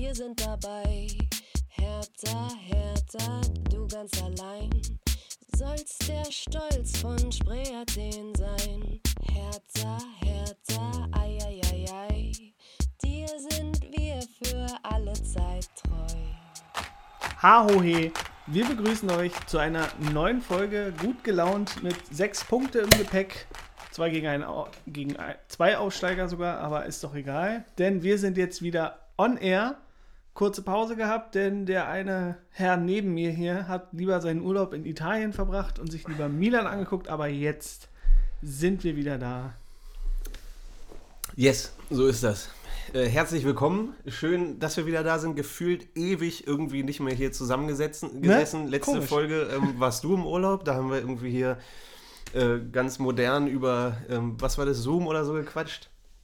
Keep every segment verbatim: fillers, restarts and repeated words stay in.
wir sind dabei. Hertha, Hertha, du ganz allein. Sollst der Stolz von Spree Athen sein. Hertha, Hertha, ei, ei, ei, ei. Dir sind wir für alle Zeit treu. Hahohe, wir begrüßen euch zu einer neuen Folge, gut gelaunt mit sechs Punkte im Gepäck. Zwei gegen, ein, gegen ein, zwei Aussteiger sogar, aber ist doch egal. Denn wir sind jetzt wieder on air. Kurze Pause gehabt, denn der eine Herr neben mir hier hat lieber seinen Urlaub in Italien verbracht und sich lieber Milan angeguckt. Aber jetzt sind wir wieder da. Yes, so ist das. Äh, herzlich willkommen. Schön, dass wir wieder da sind. Gefühlt ewig irgendwie nicht mehr hier zusammengesessen. Gesessen. Ne? Letzte Komisch. Folge ähm, warst du im Urlaub. Da haben wir irgendwie hier äh, ganz modern über, ähm, was war das, Zoom oder so gequatscht.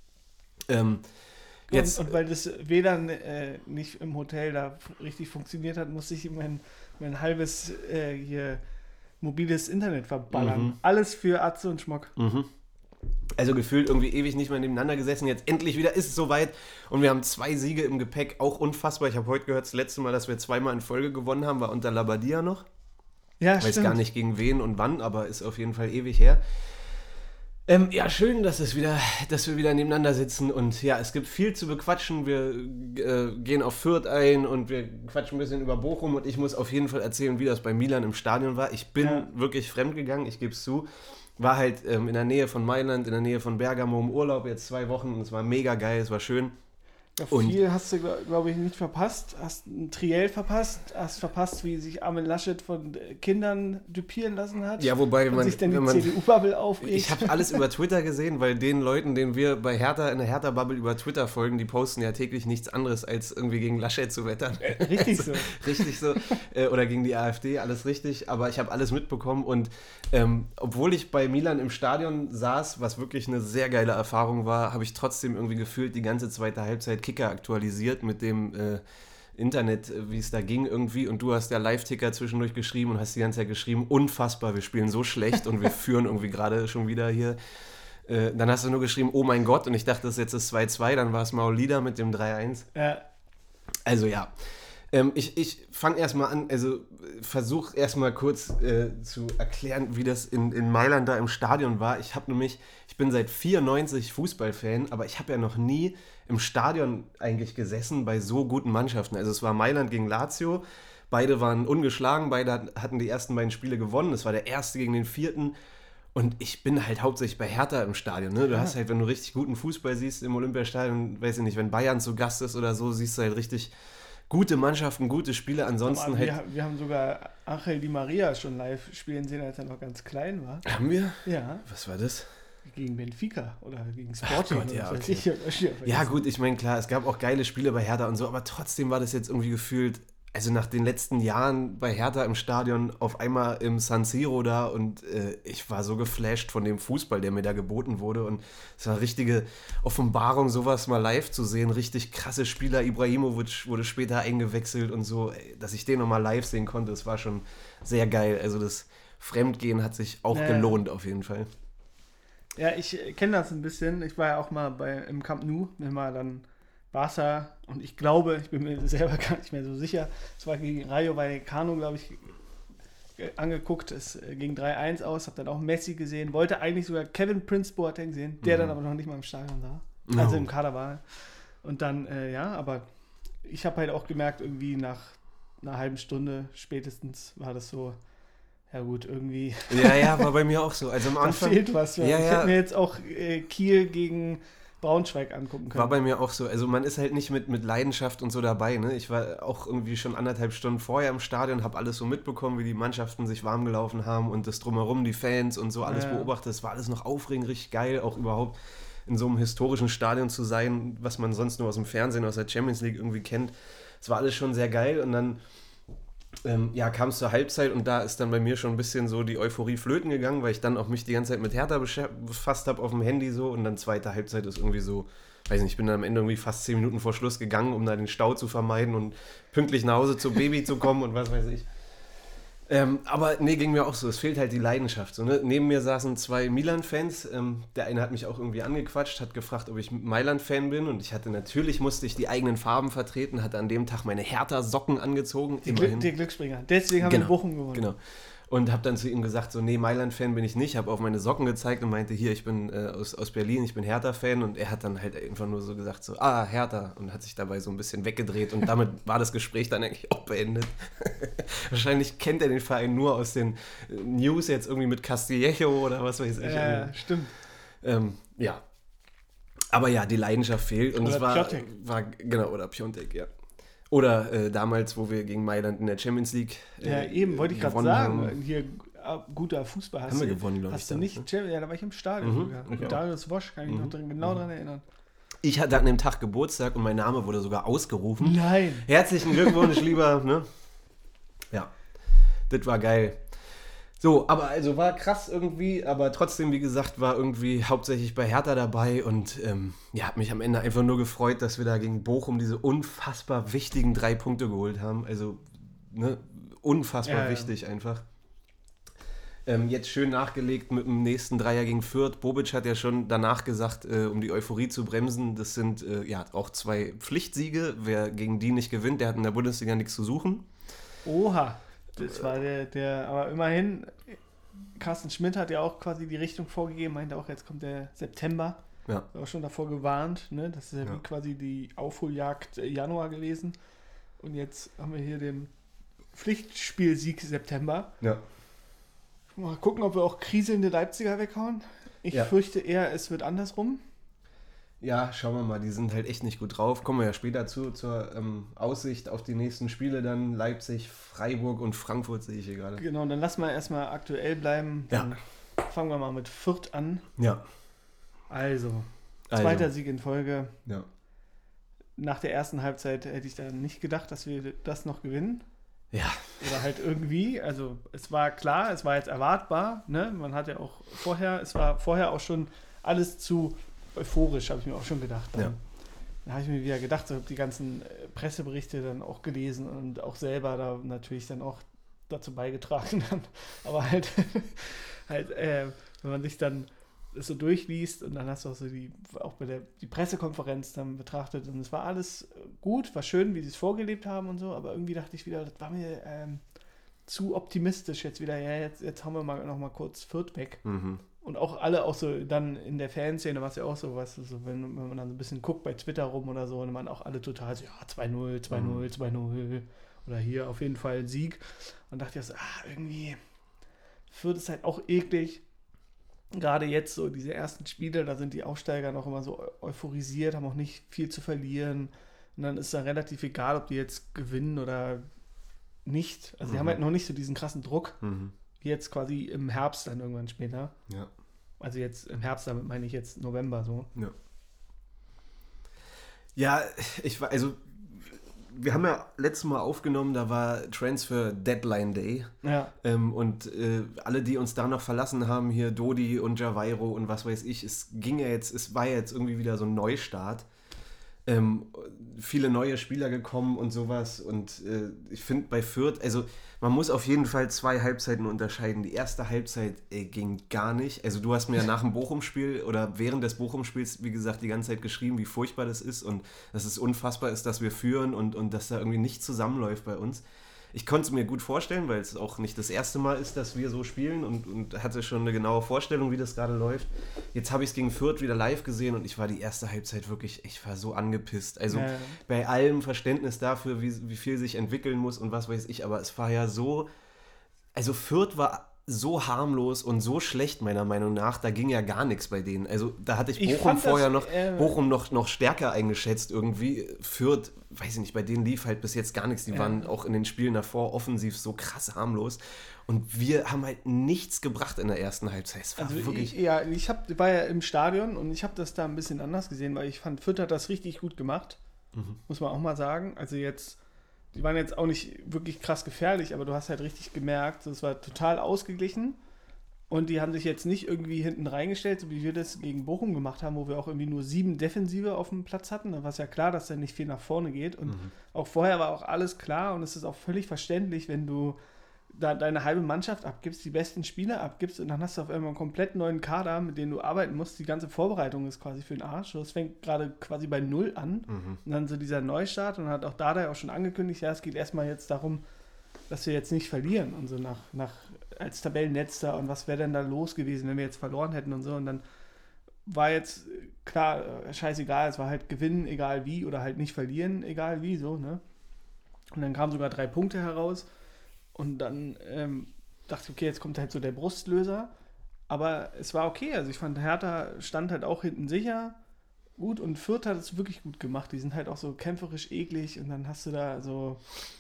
Ähm, jetzt, und, und weil das W L A N äh, nicht im Hotel da f- richtig funktioniert hat, musste ich mein, mein halbes äh, hier mobiles Internet verballern. Mhm. Alles für Atze und Schmock. Mhm. Also gefühlt irgendwie ewig nicht mehr nebeneinander gesessen. Jetzt endlich wieder ist es soweit und wir haben zwei Siege im Gepäck. Auch unfassbar. Ich habe heute gehört, das letzte Mal, dass wir zweimal in Folge gewonnen haben, war unter Labadia noch. Ja, Weiß stimmt. gar nicht gegen wen und wann, aber ist auf jeden Fall ewig her. Ähm, ja, schön, dass, es wieder, dass wir wieder nebeneinander sitzen und ja, es gibt viel zu bequatschen. Wir äh, gehen auf Fürth ein und wir quatschen ein bisschen über Bochum und ich muss auf jeden Fall erzählen, wie das bei Milan im Stadion war. Ich bin Ja. wirklich fremdgegangen, ich gebe es zu. War halt ähm, in der Nähe von Mailand, in der Nähe von Bergamo im Urlaub, jetzt zwei Wochen und es war mega geil, es war schön. Ja, Und- viel hast du, glaube ich, nicht verpasst. Hast ein Triell verpasst. Hast verpasst, wie sich Armin Laschet von äh, Kindern dupieren lassen hat. Ja, wobei, wenn und man, sich dann die wenn man C D U-Bubble aufregt. ich habe alles über Twitter gesehen, weil den Leuten, denen wir bei Hertha in der Hertha-Bubble über Twitter folgen, die posten ja täglich nichts anderes, als irgendwie gegen Laschet zu wettern. Richtig so. Richtig so. Äh, oder gegen die AfD, alles richtig. Aber ich habe alles mitbekommen und ähm, obwohl ich bei Milan im Stadion saß, was wirklich eine sehr geile Erfahrung war, habe ich trotzdem irgendwie gefühlt die ganze zweite Halbzeit Kicker aktualisiert mit dem äh, Internet, äh, wie es da ging irgendwie. Und du hast ja Live-Ticker zwischendurch geschrieben und hast die ganze Zeit geschrieben, unfassbar, wir spielen so schlecht und wir führen irgendwie gerade schon wieder hier. Äh, dann hast du nur geschrieben, oh mein Gott, und ich dachte, das ist jetzt das zwei zwei, dann war es Maolida mit dem drei eins. Ja, Also ja, ähm, ich, ich fange erstmal an, also versuche erstmal kurz äh, zu erklären, wie das in, in Mailand da im Stadion war. Ich habe nämlich, ich bin seit vierundneunzig Fußballfan, aber ich habe ja noch nie im Stadion eigentlich gesessen bei so guten Mannschaften. Also es war Mailand gegen Lazio, beide waren ungeschlagen, beide hatten die ersten beiden Spiele gewonnen, es war der erste gegen den vierten. Und ich bin halt hauptsächlich bei Hertha im Stadion. Ne? Du Ja. hast halt, wenn du richtig guten Fußball siehst im Olympiastadion, weiß ich nicht, wenn Bayern zu Gast ist oder so, siehst du halt richtig gute Mannschaften, gute Spiele. Ansonsten aber halt. wir, wir haben sogar Angel Di Maria schon live spielen sehen, als er noch ganz klein war. Haben wir? Ja, Was war das? gegen Benfica oder gegen Sporting. Gott, ja, oder was okay. weiß ich. Oder schon Ja, vergessen. gut, ich meine, klar, es gab auch geile Spiele bei Hertha und so, aber trotzdem war das jetzt irgendwie gefühlt, also nach den letzten Jahren bei Hertha im Stadion, auf einmal im San Siro da und äh, ich war so geflasht von dem Fußball, der mir da geboten wurde und es war eine richtige Offenbarung, sowas mal live zu sehen, richtig krasse Spieler, Ibrahimovic wurde später eingewechselt und so, ey, dass ich den nochmal live sehen konnte, das war schon sehr geil, also das Fremdgehen hat sich auch Ja. gelohnt auf jeden Fall. Ja, ich kenne das ein bisschen. Ich war ja auch mal bei, im Camp Nou, wenn mal dann Barca und ich glaube, ich bin mir selber gar nicht mehr so sicher, es war gegen Rayo Vallecano, glaube ich, ge- angeguckt. Es äh, ging drei eins aus, habe dann auch Messi gesehen, wollte eigentlich sogar Kevin Prince Boateng sehen, der Mhm. dann aber noch nicht mal im Stadion war, also Oh. im Kader war. Und dann, äh, ja, aber ich habe halt auch gemerkt, irgendwie nach einer halben Stunde spätestens war das so, ja gut, irgendwie Ja, ja, war bei mir auch so. Also am da Anfang fehlt was. Ja, ich ja. hätte mir jetzt auch äh, Kiel gegen Braunschweig angucken können. war bei mir auch so. Also man ist halt nicht mit, mit Leidenschaft und so dabei. Ne? Ich war auch irgendwie schon anderthalb Stunden vorher im Stadion, habe alles so mitbekommen, wie die Mannschaften sich warm gelaufen haben und das Drumherum, die Fans und so alles Ja. beobachtet. Es war alles noch aufregend, richtig geil, auch überhaupt in so einem historischen Stadion zu sein, was man sonst nur aus dem Fernsehen, aus der Champions League irgendwie kennt. Es war alles schon sehr geil und dann ähm, ja, kam es zur Halbzeit und da ist dann bei mir schon ein bisschen so die Euphorie flöten gegangen, weil ich dann auch mich die ganze Zeit mit Hertha beschä- befasst habe auf dem Handy so und dann zweite Halbzeit ist irgendwie so, weiß nicht, ich bin dann am Ende irgendwie fast zehn Minuten vor Schluss gegangen, um da den Stau zu vermeiden und pünktlich nach Hause zum Baby zu kommen und was weiß ich. Ähm, aber nee, ging mir auch so. Es fehlt halt die Leidenschaft. So, ne? Neben mir saßen zwei Milan-Fans. Ähm, der eine hat mich auch irgendwie angequatscht, hat gefragt, ob ich Mailand-Fan bin. Und ich hatte natürlich, musste ich die eigenen Farben vertreten, hatte an dem Tag meine Hertha-Socken angezogen. Die, Glück, die Glücksbringer. Deswegen haben genau, wir in Bochum gewonnen. Genau. Und habe dann zu ihm gesagt, so, nee, Mailand-Fan bin ich nicht. Habe auf meine Socken gezeigt und meinte, hier, ich bin äh, aus, aus Berlin, ich bin Hertha-Fan. Und er hat dann halt einfach nur so gesagt, so, ah, Hertha. Und hat sich dabei so ein bisschen weggedreht. Und damit war das Gespräch dann eigentlich auch beendet. Wahrscheinlich kennt er den Verein nur aus den News jetzt irgendwie mit Castillejo oder was weiß ich. Ja, äh, stimmt. Ähm, ja. Aber ja, die Leidenschaft fehlt. Und oder es war, Piontek. war, genau, oder Piontek, ja. Oder äh, damals, wo wir gegen Mailand in der Champions League äh, Ja, eben, wollte ich gerade sagen. Haben. Hier, guter Fußball hast haben du. wir gewonnen, glaube ich. Hast du nicht, ne? Ja, da war ich im Stadion mhm, sogar. okay. Darius Wosch, kann ich mhm. noch drin, genau mhm. daran erinnern. Ich hatte an dem Tag Geburtstag und mein Name wurde sogar ausgerufen. Nein. Herzlichen Glückwunsch, lieber. Ne? Ja, das war geil. So, aber also war krass irgendwie, aber trotzdem, wie gesagt, war irgendwie hauptsächlich bei Hertha dabei und ähm, ja, hat mich am Ende einfach nur gefreut, dass wir da gegen Bochum diese unfassbar wichtigen drei Punkte geholt haben. Also, ne, unfassbar ja, wichtig ja. einfach. Ähm, jetzt schön nachgelegt mit dem nächsten Dreier gegen Fürth. Bobic hat ja schon danach gesagt, äh, um die Euphorie zu bremsen, das sind äh, ja auch zwei Pflichtsiege. Wer gegen die nicht gewinnt, der hat in der Bundesliga nichts zu suchen. Oha. Das war der, der, aber immerhin, Carsten Schmidt hat ja auch quasi die Richtung vorgegeben, meinte auch, jetzt kommt der September. Ja. War auch schon davor gewarnt, ne? Das ist ja, ja wie quasi die Aufholjagd Januar gewesen. Und jetzt haben wir hier den Pflichtspielsieg September. Ja. Mal gucken, ob wir auch kriselnde Leipziger weghauen. Ich ja. fürchte eher, es wird andersrum. Ja, schauen wir mal, die sind halt echt nicht gut drauf. Kommen wir ja später zu, zur ähm, Aussicht auf die nächsten Spiele dann. Leipzig, Freiburg und Frankfurt sehe ich hier gerade. Genau, dann lassen wir erstmal aktuell bleiben. Dann ja. fangen wir mal mit Fürth an. Ja. Also, zweiter also. Sieg in Folge. Ja. Nach der ersten Halbzeit hätte ich da nicht gedacht, dass wir das noch gewinnen. Ja. Oder halt irgendwie, also es war klar, es war jetzt erwartbar, ne? Man hat ja auch vorher, es war vorher auch schon alles zu euphorisch, habe ich mir auch schon gedacht. Dann, ja. dann habe ich mir wieder gedacht, so habe die ganzen Presseberichte dann auch gelesen und auch selber da natürlich dann auch dazu beigetragen dann. Aber halt, halt äh, wenn man sich dann das so durchliest und dann hast du auch so die, auch bei der die Pressekonferenz dann betrachtet und es war alles gut, war schön, wie sie es vorgelebt haben und so, aber irgendwie dachte ich wieder, das war mir ähm, zu optimistisch jetzt wieder, ja, jetzt, jetzt haben wir mal noch mal kurz Fürth weg. Mhm. Und auch alle auch so dann in der Fanszene war es ja auch so, was so, wenn, wenn man dann so ein bisschen guckt bei Twitter rum oder so, und man auch alle total so, ja, zwei null, zwei null, zwei null oder hier auf jeden Fall Sieg. Und dachte ich so, ah, irgendwie Fürth ist halt auch eklig. Gerade jetzt so diese ersten Spiele, da sind die Aufsteiger noch immer so euphorisiert, haben auch nicht viel zu verlieren. Und dann ist es dann relativ egal, ob die jetzt gewinnen oder nicht. Also die mhm. haben halt noch nicht so diesen krassen Druck. Mhm. Jetzt quasi im Herbst dann irgendwann später. Ja. Also jetzt im Herbst, damit meine ich jetzt November so. Ja. Ja, ich war, also wir haben ja letztes Mal aufgenommen, da war Transfer Deadline Day. Ja. Ähm, und äh, alle, die uns da noch verlassen haben, hier Dodi und Javairo und was weiß ich, es ging ja jetzt, es war ja jetzt irgendwie wieder so ein Neustart. Ähm, viele neue Spieler gekommen und sowas und äh, ich finde bei Fürth, also man muss auf jeden Fall zwei Halbzeiten unterscheiden. Die erste Halbzeit ey, ging gar nicht. Also du hast mir ja nach dem Bochum-Spiel oder während des Bochum-Spiels, wie gesagt, die ganze Zeit geschrieben, wie furchtbar das ist und dass es unfassbar ist, dass wir führen und, und dass da irgendwie nichts zusammenläuft bei uns. Ich konnte es mir gut vorstellen, weil es auch nicht das erste Mal ist, dass wir so spielen und, und hatte schon eine genaue Vorstellung, wie das gerade läuft. Jetzt habe ich es gegen Fürth wieder live gesehen und ich war die erste Halbzeit wirklich, ich war so angepisst. Also ja. bei allem Verständnis dafür, wie, wie viel sich entwickeln muss und was weiß ich, aber es war ja so, also Fürth war so harmlos und so schlecht, meiner Meinung nach, da ging ja gar nichts bei denen. Also da hatte ich Bochum ich vorher das, noch, äh, Bochum noch, noch stärker eingeschätzt irgendwie. Fürth, weiß ich nicht, bei denen lief halt bis jetzt gar nichts. Die ja. waren auch in den Spielen davor offensiv so krass harmlos. Und wir haben halt nichts gebracht in der ersten Halbzeit. Es war also wirklich... Ich, ja, ich hab, war ja im Stadion und ich habe das da ein bisschen anders gesehen, weil ich fand, Fürth hat das richtig gut gemacht. Mhm. Muss man auch mal sagen. Also jetzt, die waren jetzt auch nicht wirklich krass gefährlich, aber du hast halt richtig gemerkt, es war total ausgeglichen. Und die haben sich jetzt nicht irgendwie hinten reingestellt, so wie wir das gegen Bochum gemacht haben, wo wir auch irgendwie nur sieben Defensive auf dem Platz hatten. Da war es ja klar, dass da nicht viel nach vorne geht. Und Mhm. auch vorher war auch alles klar und es ist auch völlig verständlich, wenn du da deine halbe Mannschaft abgibst, die besten Spieler abgibst und dann hast du auf einmal einen komplett neuen Kader, mit dem du arbeiten musst. Die ganze Vorbereitung ist quasi für den Arsch. Das fängt gerade quasi bei Null an. Mhm. Und dann so dieser Neustart und hat auch Dardai auch schon angekündigt, ja, es geht erstmal jetzt darum, dass wir jetzt nicht verlieren und so nach, nach als Tabellenletzter und was wäre denn da los gewesen, wenn wir jetzt verloren hätten und so. Und dann war jetzt klar, scheißegal, es war halt gewinnen, egal wie, oder halt nicht verlieren, egal wie, so, ne? Und dann kamen sogar drei Punkte heraus und dann ähm, dachte ich, okay, jetzt kommt halt so der Brustlöser, aber es war okay, also ich fand, Hertha stand halt auch hinten sicher, gut, und Fürth hat es wirklich gut gemacht, die sind halt auch so kämpferisch eklig und dann hast du da so,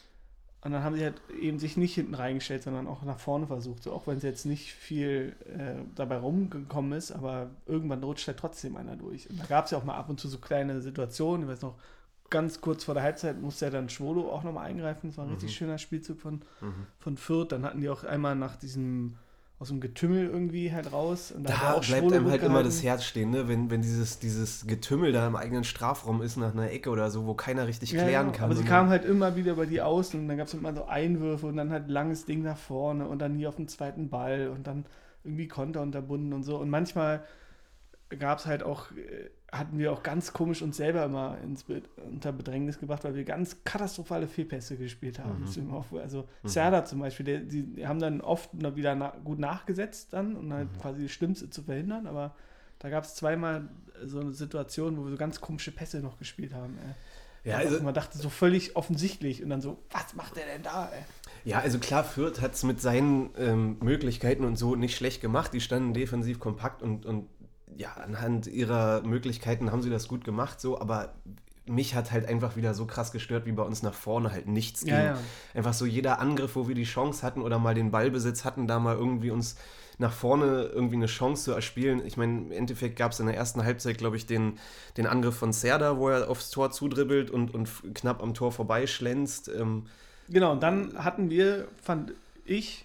und dann haben sie halt eben sich nicht hinten reingestellt, sondern auch nach vorne versucht, so, auch wenn es jetzt nicht viel äh, dabei rumgekommen ist, aber irgendwann rutscht halt trotzdem einer durch. Und da gab es ja auch mal ab und zu so kleine Situationen, ich weiß noch, ganz kurz vor der Halbzeit musste ja dann Schwolo auch nochmal eingreifen, das war ein mhm. richtig schöner Spielzug von, mhm. von Fürth, dann hatten die auch einmal nach diesem aus dem Getümmel irgendwie halt raus. Und da da auch bleibt einem halt immer das Herz stehen, ne? wenn, wenn dieses, dieses Getümmel da im eigenen Strafraum ist, nach einer Ecke oder so, wo keiner richtig ja, klären ja, kann. Aber sie kamen halt immer wieder über die Außen und dann gab es immer so Einwürfe und dann halt langes Ding nach vorne und dann nie auf den zweiten Ball und dann irgendwie Konter unterbunden und so. Und manchmal gab es halt auch, hatten wir auch ganz komisch uns selber immer ins Be- unter Bedrängnis gebracht, weil wir ganz katastrophale Fehlpässe gespielt haben. Mhm. Auch, also mhm. Serda zum Beispiel, der, die, die haben dann oft noch wieder na, gut nachgesetzt dann, um halt mhm. quasi das Schlimmste zu verhindern, aber da gab es zweimal so eine Situation, wo wir so ganz komische Pässe noch gespielt haben. Ey. Ja, also man dachte so völlig offensichtlich und dann so, was macht der denn da, ey? Ja, also klar, Fürth hat es mit seinen ähm, Möglichkeiten und so nicht schlecht gemacht. Die standen defensiv kompakt und, und ja, anhand ihrer Möglichkeiten haben sie das gut gemacht, so, aber mich hat halt einfach wieder so krass gestört, wie bei uns nach vorne halt nichts ging. Ja, ja. Einfach so jeder Angriff, wo wir die Chance hatten oder mal den Ballbesitz hatten, da mal irgendwie uns nach vorne irgendwie eine Chance zu erspielen. Ich meine, im Endeffekt gab es in der ersten Halbzeit, glaube ich, den, den Angriff von Serda, wo er aufs Tor zudribbelt und, und knapp am Tor vorbeischlänzt. Ähm, genau, und dann hatten wir, fand ich,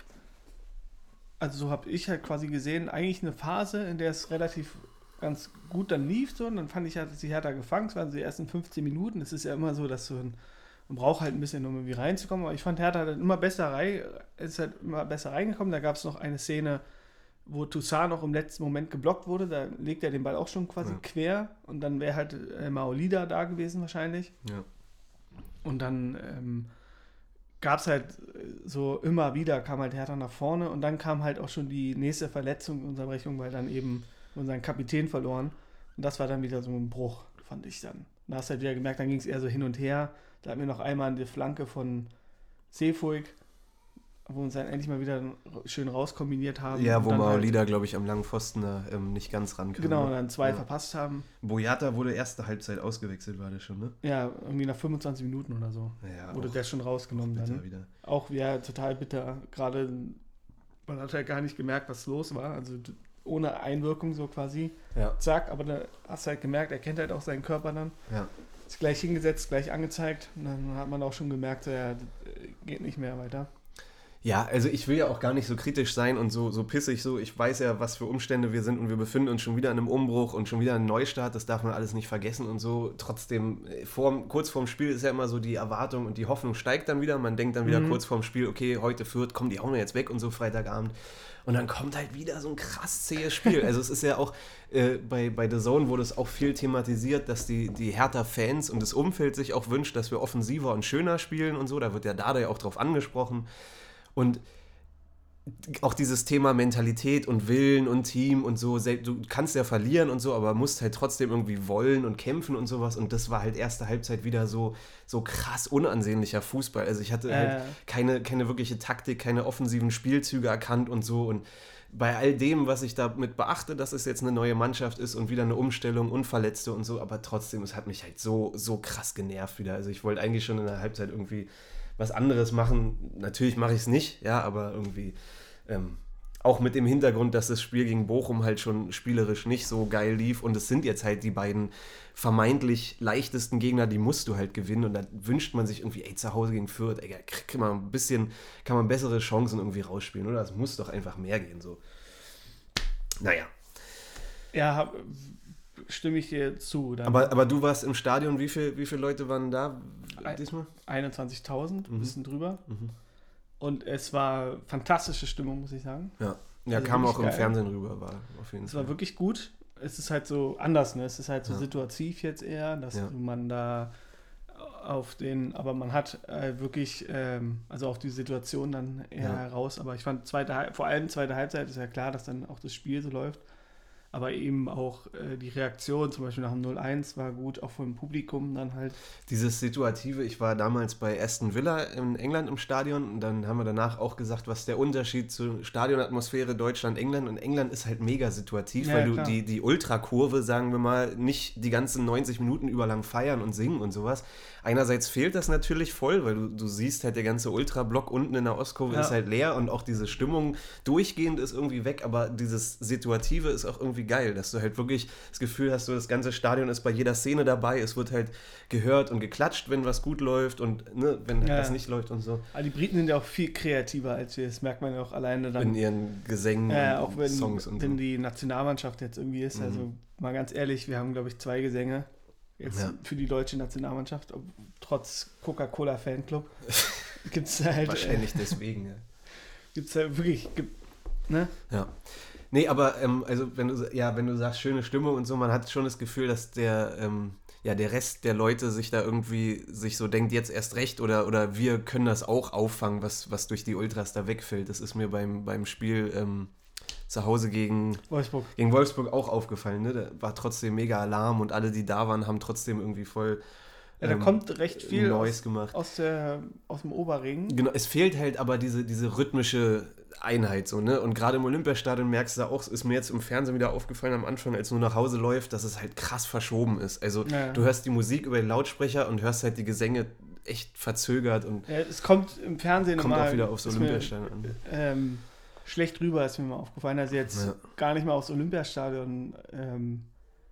also so habe ich halt quasi gesehen, eigentlich eine Phase, in der es relativ ganz gut dann lief. So. Und dann fand ich, hat sich Hertha gefangen. Es waren so die ersten fünfzehn Minuten. Es ist ja immer so, dass so ein, man braucht halt ein bisschen, um irgendwie reinzukommen. Aber ich fand, Hertha hat immer besser rein, ist halt immer besser reingekommen. Da gab es noch eine Szene, wo Toussaint noch im letzten Moment geblockt wurde. Da legt er den Ball auch schon quasi ja. quer. Und dann wäre halt äh, Maolida da gewesen wahrscheinlich. Ja. Und dann ähm, gab es halt so immer wieder, kam halt Hertha nach vorne und dann kam halt auch schon die nächste Verletzung, Unterbrechung, weil dann eben unseren Kapitän verloren und das war dann wieder so ein Bruch, fand ich dann. Da hast du halt wieder gemerkt, dann ging es eher so hin und her, da hatten wir noch einmal die Flanke von Seefuig, wo wir uns dann endlich mal wieder schön rauskombiniert haben. Ja, wo Maolida, halt, glaube ich, am langen Pfosten da ähm, nicht ganz rankam. Genau, und dann zwei ja. verpasst haben. Boyata wurde erste Halbzeit ausgewechselt, war das schon, ne? Ja, irgendwie nach fünfundzwanzig Minuten oder so. Ja, wurde der schon rausgenommen auch dann. Wieder. Auch ja, total bitter. Gerade, man hat halt gar nicht gemerkt, was los war. Also ohne Einwirkung so quasi. Ja. Zack, aber da hast du halt gemerkt, er kennt halt auch seinen Körper dann. Ja. Ist gleich hingesetzt, gleich angezeigt. Und dann hat man auch schon gemerkt, so, ja, geht nicht mehr weiter. Ja, also ich will ja auch gar nicht so kritisch sein und so, so pissig so. Ich weiß ja, was für Umstände wir sind und wir befinden uns schon wieder in einem Umbruch und schon wieder einem Neustart. Das darf man alles nicht vergessen und so. Trotzdem, vorm, kurz vorm Spiel ist ja immer so die Erwartung und die Hoffnung steigt dann wieder. Man denkt dann wieder mhm. kurz vorm Spiel, okay, heute Fürth, kommen die hauen wir jetzt weg und so Freitagabend. Und dann kommt halt wieder so ein krass zähes Spiel. Also es ist ja auch, äh, bei, bei The Zone wurde es auch viel thematisiert, dass die, die Hertha-Fans und das Umfeld sich auch wünscht, dass wir offensiver und schöner spielen und so. Da wird ja Dardai auch drauf angesprochen. Und auch dieses Thema Mentalität und Willen und Team und so, du kannst ja verlieren und so, aber musst halt trotzdem irgendwie wollen und kämpfen und sowas. Und das war halt erste Halbzeit wieder so, so krass unansehnlicher Fußball. Also ich hatte äh. halt keine, keine wirkliche Taktik, keine offensiven Spielzüge erkannt und so. Und bei all dem, was ich damit beachte, dass es jetzt eine neue Mannschaft ist und wieder eine Umstellung und Verletzte und so, aber trotzdem, es hat mich halt so, so krass genervt wieder. Also ich wollte eigentlich schon in der Halbzeit irgendwie was anderes machen. Natürlich mache ich es nicht, ja, aber irgendwie ähm, auch mit dem Hintergrund, dass das Spiel gegen Bochum halt schon spielerisch nicht so geil lief und es sind jetzt halt die beiden vermeintlich leichtesten Gegner, die musst du halt gewinnen und da wünscht man sich irgendwie, ey, zu Hause gegen Fürth, ey, kann man ein bisschen, kann man bessere Chancen irgendwie rausspielen, oder? Es muss doch einfach mehr gehen, so. Naja. Ja, hab, stimme ich dir zu. Dann aber, aber du warst im Stadion, wie, viel, wie viele Leute waren da diesmal? einundzwanzigtausend, ein mhm. bisschen drüber. Mhm. Und es war fantastische Stimmung, muss ich sagen. Ja, ja Also kam wirklich auch im geil. Fernsehen rüber, war auf jeden Es Fall. war wirklich gut. Es ist halt so anders, ne? Es ist halt so Ja. situativ jetzt eher, dass Ja. man da auf den, aber man hat äh, wirklich, ähm, also auf die Situation dann eher Ja. heraus. Aber ich fand, zweite, Halb- vor allem zweite Halbzeit ist ja klar, dass dann auch das Spiel so läuft. Aber eben auch äh, die Reaktion, zum Beispiel nach dem null eins, war gut, auch vom Publikum dann halt. Dieses Situative, ich war damals bei Aston Villa in England im Stadion und dann haben wir danach auch gesagt, was der Unterschied zur Stadionatmosphäre Deutschland-England, und England ist halt mega situativ, Ja, weil du klar. die, die Ultrakurve, sagen wir mal, nicht die ganzen neunzig Minuten über lang feiern und singen und sowas. Einerseits fehlt das natürlich voll, weil du, du siehst halt, der ganze Ultrablock unten in der Ostkurve Ja. ist halt leer und auch diese Stimmung durchgehend ist irgendwie weg, aber dieses Situative ist auch irgendwie geil, dass du halt wirklich das Gefühl hast, so das ganze Stadion ist bei jeder Szene dabei, es wird halt gehört und geklatscht, wenn was gut läuft und ne, wenn Ja. was nicht läuft und so. Aber die Briten sind ja auch viel kreativer als wir, das merkt man ja auch alleine dann. In ihren Gesängen Ja, und auch wenn, Songs und wenn so. die Nationalmannschaft jetzt irgendwie ist. Mhm. Also mal ganz ehrlich, wir haben, glaube ich, zwei Gesänge jetzt Ja. für die deutsche Nationalmannschaft, ob, trotz Coca-Cola-Fanclub. Gibt es halt, äh, Wahrscheinlich deswegen, ja. gibt's halt wirklich, gibt, ne? Ja. Nee, aber ähm, also wenn du ja, wenn du sagst, schöne Stimmung und so, man hat schon das Gefühl, dass der, ähm, ja, der Rest der Leute sich da irgendwie sich so denkt, jetzt erst recht oder, oder wir können das auch auffangen, was, was durch die Ultras da wegfällt. Das ist mir beim, beim Spiel ähm, zu Hause gegen, Wolfsburg. gegen Wolfsburg auch aufgefallen. Ne? Da war trotzdem mega Alarm und alle, die da waren, haben trotzdem irgendwie voll Ja, da ähm, kommt recht viel Noise aus, gemacht. aus, der, aus dem Oberring. Genau, es fehlt halt aber diese, diese rhythmische Einheit so, ne? Und gerade im Olympiastadion merkst du da auch, ist mir jetzt im Fernsehen wieder aufgefallen am Anfang, als nur nach Hause läuft, dass es halt krass verschoben ist. Also Ja, ja. du hörst die Musik über den Lautsprecher und hörst halt die Gesänge echt verzögert und Ja, es kommt im Fernsehen kommt immer auch wieder aufs ist mir, Olympiastadion an. ähm, schlecht rüber, ist mir mal aufgefallen. Also jetzt Ja. gar nicht mal aufs Olympiastadion ähm,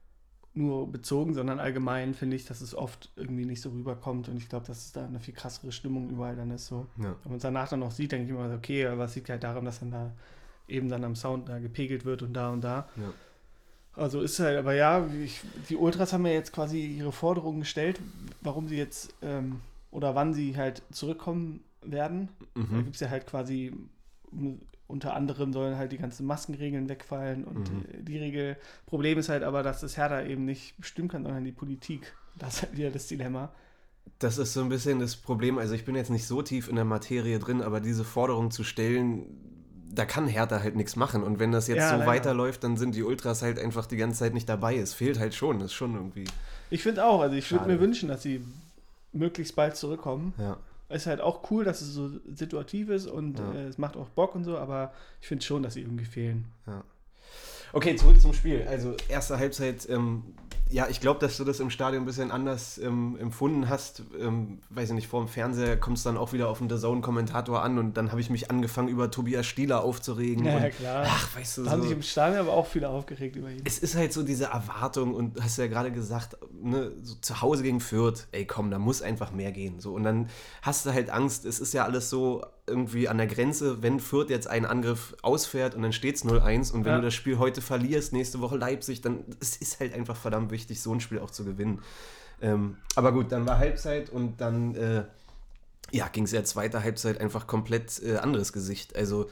nur bezogen, sondern allgemein finde ich, dass es oft irgendwie nicht so rüberkommt und ich glaube, dass es da eine viel krassere Stimmung überall dann ist. So. Ja. Wenn man es danach dann noch sieht, denke ich immer, okay, aber es liegt halt daran, dass dann da eben dann am Sound da gepegelt wird und da und da. Ja. Also ist halt, aber ja, ich, die Ultras haben ja jetzt quasi ihre Forderungen gestellt, warum sie jetzt ähm, oder wann sie halt zurückkommen werden. Da Mhm. gibt es ja halt quasi, m, unter anderem sollen halt die ganzen Maskenregeln wegfallen und Mhm. äh, die Regel. Problem ist halt aber, dass das Hertha eben nicht bestimmen kann, sondern die Politik. Das ist halt wieder das Dilemma. Das ist so ein bisschen das Problem. Also ich bin jetzt nicht so tief in der Materie drin, aber diese Forderung zu stellen, da kann Hertha halt nichts machen. Und wenn das jetzt Ja, so leider. weiterläuft, dann sind die Ultras halt einfach die ganze Zeit nicht dabei. Es fehlt halt schon. Das ist schon irgendwie. Ich finde auch, also ich würde Schade. mir wünschen, dass sie möglichst bald zurückkommen. Ja. Ist halt auch cool, dass es so situativ ist und Ja. äh, es macht auch Bock und so, aber ich finde schon, dass sie irgendwie fehlen. Ja. Okay, zurück zum Spiel. Also erste Halbzeit, ähm, ja, ich glaube, dass du das im Stadion ein bisschen anders ähm, empfunden hast. Ähm, weiß ich nicht, vor dem Fernseher kommst du dann auch wieder auf den The Zone-Kommentator an und dann habe ich mich angefangen, über Tobias Stieler aufzuregen. Ja, und, klar. ach, weißt du, Da haben so. sich im Stadion aber auch viele aufgeregt über ihn. Es ist halt so diese Erwartung und hast ja gerade gesagt, ne, so zu Hause gegen Fürth, ey komm, da muss einfach mehr gehen. So. Und dann hast du halt Angst, es ist ja alles so irgendwie an der Grenze, wenn Fürth jetzt einen Angriff ausfährt und dann steht es null eins und wenn Ja. du das Spiel heute verlierst, nächste Woche Leipzig, dann es ist halt einfach verdammt wichtig, so ein Spiel auch zu gewinnen. Ähm, aber gut, dann war Halbzeit und dann äh, ja, ging es ja zweite Halbzeit einfach komplett äh, anderes Gesicht. Also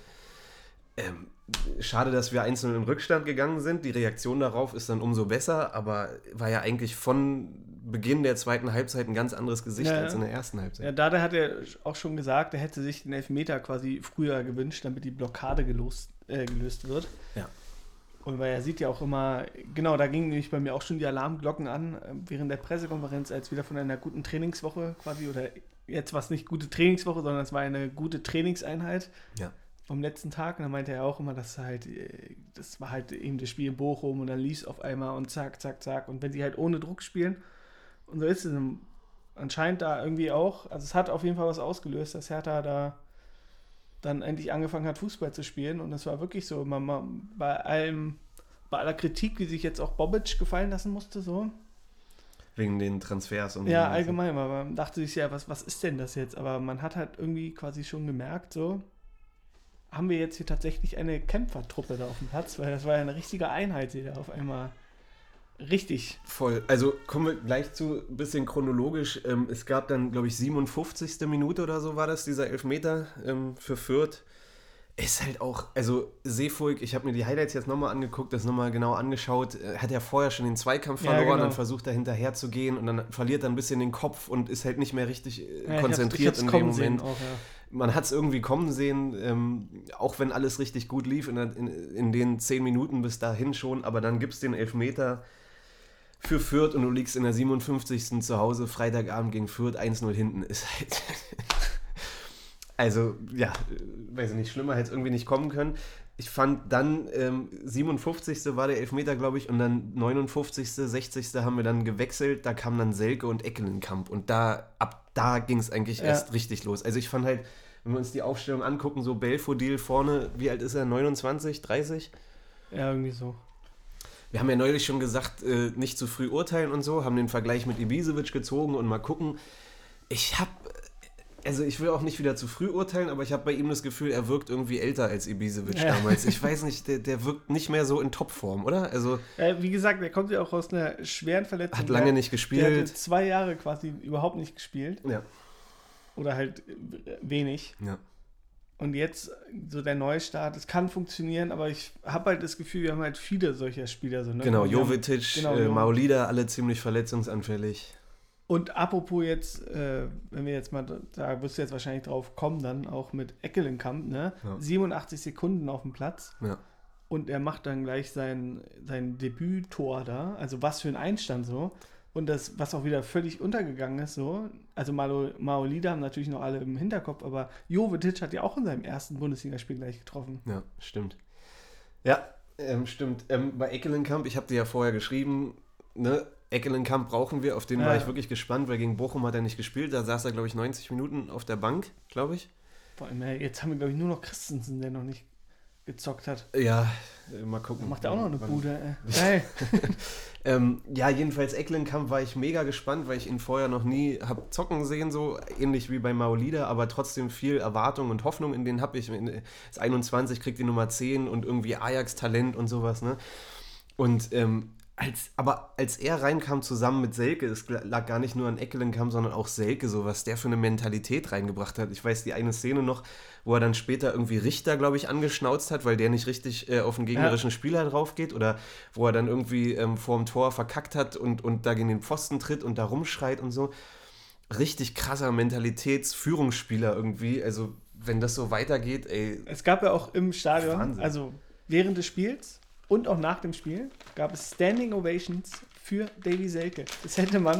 ähm, schade, dass wir einzeln in Rückstand gegangen sind. Die Reaktion darauf ist dann umso besser, aber war ja eigentlich von Beginn der zweiten Halbzeit ein ganz anderes Gesicht Ja, als ja. in der ersten Halbzeit. Ja, Dada hat ja auch schon gesagt, er hätte sich den Elfmeter quasi früher gewünscht, damit die Blockade gelost, äh, gelöst wird. Ja. Und weil er sieht ja auch immer, genau, da gingen nämlich bei mir auch schon die Alarmglocken an, äh, während der Pressekonferenz, als wieder von einer guten Trainingswoche quasi, oder jetzt war es nicht gute Trainingswoche, sondern es war eine gute Trainingseinheit Ja. vom letzten Tag. Und da meinte er auch immer, dass halt, äh, das war halt eben das Spiel in Bochum und dann lief es auf einmal und zack, zack, zack. Und wenn sie halt ohne Druck spielen, und so ist es anscheinend da irgendwie auch, also es hat auf jeden Fall was ausgelöst, dass Hertha da dann endlich angefangen hat, Fußball zu spielen. Und es war wirklich so, man, man, bei allem, bei aller Kritik, die sich jetzt auch Bobic gefallen lassen musste, so. Wegen den Transfers und Ja, so. allgemein, weil man dachte sich ja, was, was ist denn das jetzt? Aber man hat halt irgendwie quasi schon gemerkt, so, haben wir jetzt hier tatsächlich eine Kämpfertruppe da auf dem Platz, weil das war ja eine richtige Einheit, die da auf einmal richtig. Voll. Also kommen wir gleich zu ein bisschen chronologisch. Ähm, es gab dann, glaube ich, siebenundfünfzigste Minute oder so war das, dieser Elfmeter ähm, für Fürth. Ist halt auch, also Seefuig, ich habe mir die Highlights jetzt nochmal angeguckt, das nochmal genau angeschaut, äh, hat ja vorher schon den Zweikampf Ja, verloren genau. und versucht da hinterher zu gehen und dann verliert er ein bisschen den Kopf und ist halt nicht mehr richtig äh, Ja, konzentriert ich hab's, ich hab's in dem kommen Moment. sehen auch, ja. Man hat es irgendwie kommen sehen, ähm, auch wenn alles richtig gut lief in, der, in, in den zehn Minuten bis dahin schon, aber dann gibt es den Elfmeter für Fürth und du liegst in der siebenundfünfzigsten zu Hause, Freitagabend gegen Fürth, eins null hinten, ist halt... Also, ja, weiß ich nicht, schlimmer hätte es irgendwie nicht kommen können. Ich fand dann, ähm, siebenundfünfzigste war der Elfmeter, glaube ich, und dann neunundfünfzigste, sechzigste haben wir dann gewechselt, da kamen dann Selke und Eckelenkamp und da, ab da ging es eigentlich Ja. erst richtig los. Also ich fand halt, wenn wir uns die Aufstellung angucken, so Belfodil vorne, wie alt ist er, neunundzwanzig, dreißig? Ja, irgendwie so. Wir haben ja neulich schon gesagt, äh, nicht zu früh urteilen und so, haben den Vergleich mit Ibisevic gezogen und mal gucken. Ich habe... Also ich will auch nicht wieder zu früh urteilen, aber ich habe bei ihm das Gefühl, er wirkt irgendwie älter als Ibisevic Ja. damals. Ich weiß nicht, der, der wirkt nicht mehr so in Topform, oder? Also Äh, wie gesagt, der kommt ja auch aus einer schweren Verletzung. hat lange Der- nicht Der hatte gespielt. zwei Jahre quasi überhaupt nicht gespielt. Ja, Oder halt äh, wenig. ja. Und jetzt so der Neustart, es kann funktionieren, aber ich habe halt das Gefühl, wir haben halt viele solcher Spieler. So, ne? Genau, Wir haben- Jovetic, genau, äh, Jo- Maolida, alle ziemlich verletzungsanfällig. Und apropos jetzt, äh, wenn wir jetzt mal, da wirst du jetzt wahrscheinlich drauf kommen, dann auch mit Eckelenkamp, ne? Ja. siebenundachtzig Sekunden auf dem Platz Ja. und er macht dann gleich sein, sein Debüttor da. Also was für ein Einstand so. Und das, was auch wieder völlig untergegangen ist, so. Also Malo, Maolida haben natürlich noch alle im Hinterkopf, aber Jovetic hat ja auch in seinem ersten Bundesligaspiel gleich getroffen. Ja, stimmt. Ja, ähm, stimmt. Ähm, bei Eckelenkamp, ich habe dir ja vorher geschrieben, ne, Eckelenkamp brauchen wir, auf den Ja. war ich wirklich gespannt, weil gegen Bochum hat er nicht gespielt, da saß er, glaube ich, neunzig Minuten auf der Bank, glaube ich. Vor allem, äh, jetzt haben wir, glaube ich, nur noch Christensen, der noch nicht gezockt hat. Ja, äh, mal gucken. Macht er auch noch eine Wann- Bude, ey. Geil. Ähm, ja, jedenfalls Eckelenkamp war ich mega gespannt, weil ich ihn vorher noch nie habe zocken sehen, so ähnlich wie bei Maolida, aber trotzdem viel Erwartung und Hoffnung in den habe ich. Ist einundzwanzig, kriegt die Nummer zehn und irgendwie Ajax-Talent und sowas, ne? Und ähm, als, aber als er reinkam zusammen mit Selke, es lag gar nicht nur an Eckelenkamp, sondern auch Selke, so was der für eine Mentalität reingebracht hat. Ich weiß die eine Szene noch, wo er dann später irgendwie Richter, glaube ich, angeschnauzt hat, weil der nicht richtig äh, auf den gegnerischen Spieler drauf geht oder wo er dann irgendwie ähm, vorm Tor verkackt hat und, und da gegen den Pfosten tritt und da rumschreit und so. Richtig krasser Mentalitätsführungsspieler irgendwie. Also wenn das so weitergeht, ey. Es gab ja auch im Stadion, Wahnsinn. also während des Spiels und auch nach dem Spiel, gab es Standing Ovations für Davy Selke. Das hätte man,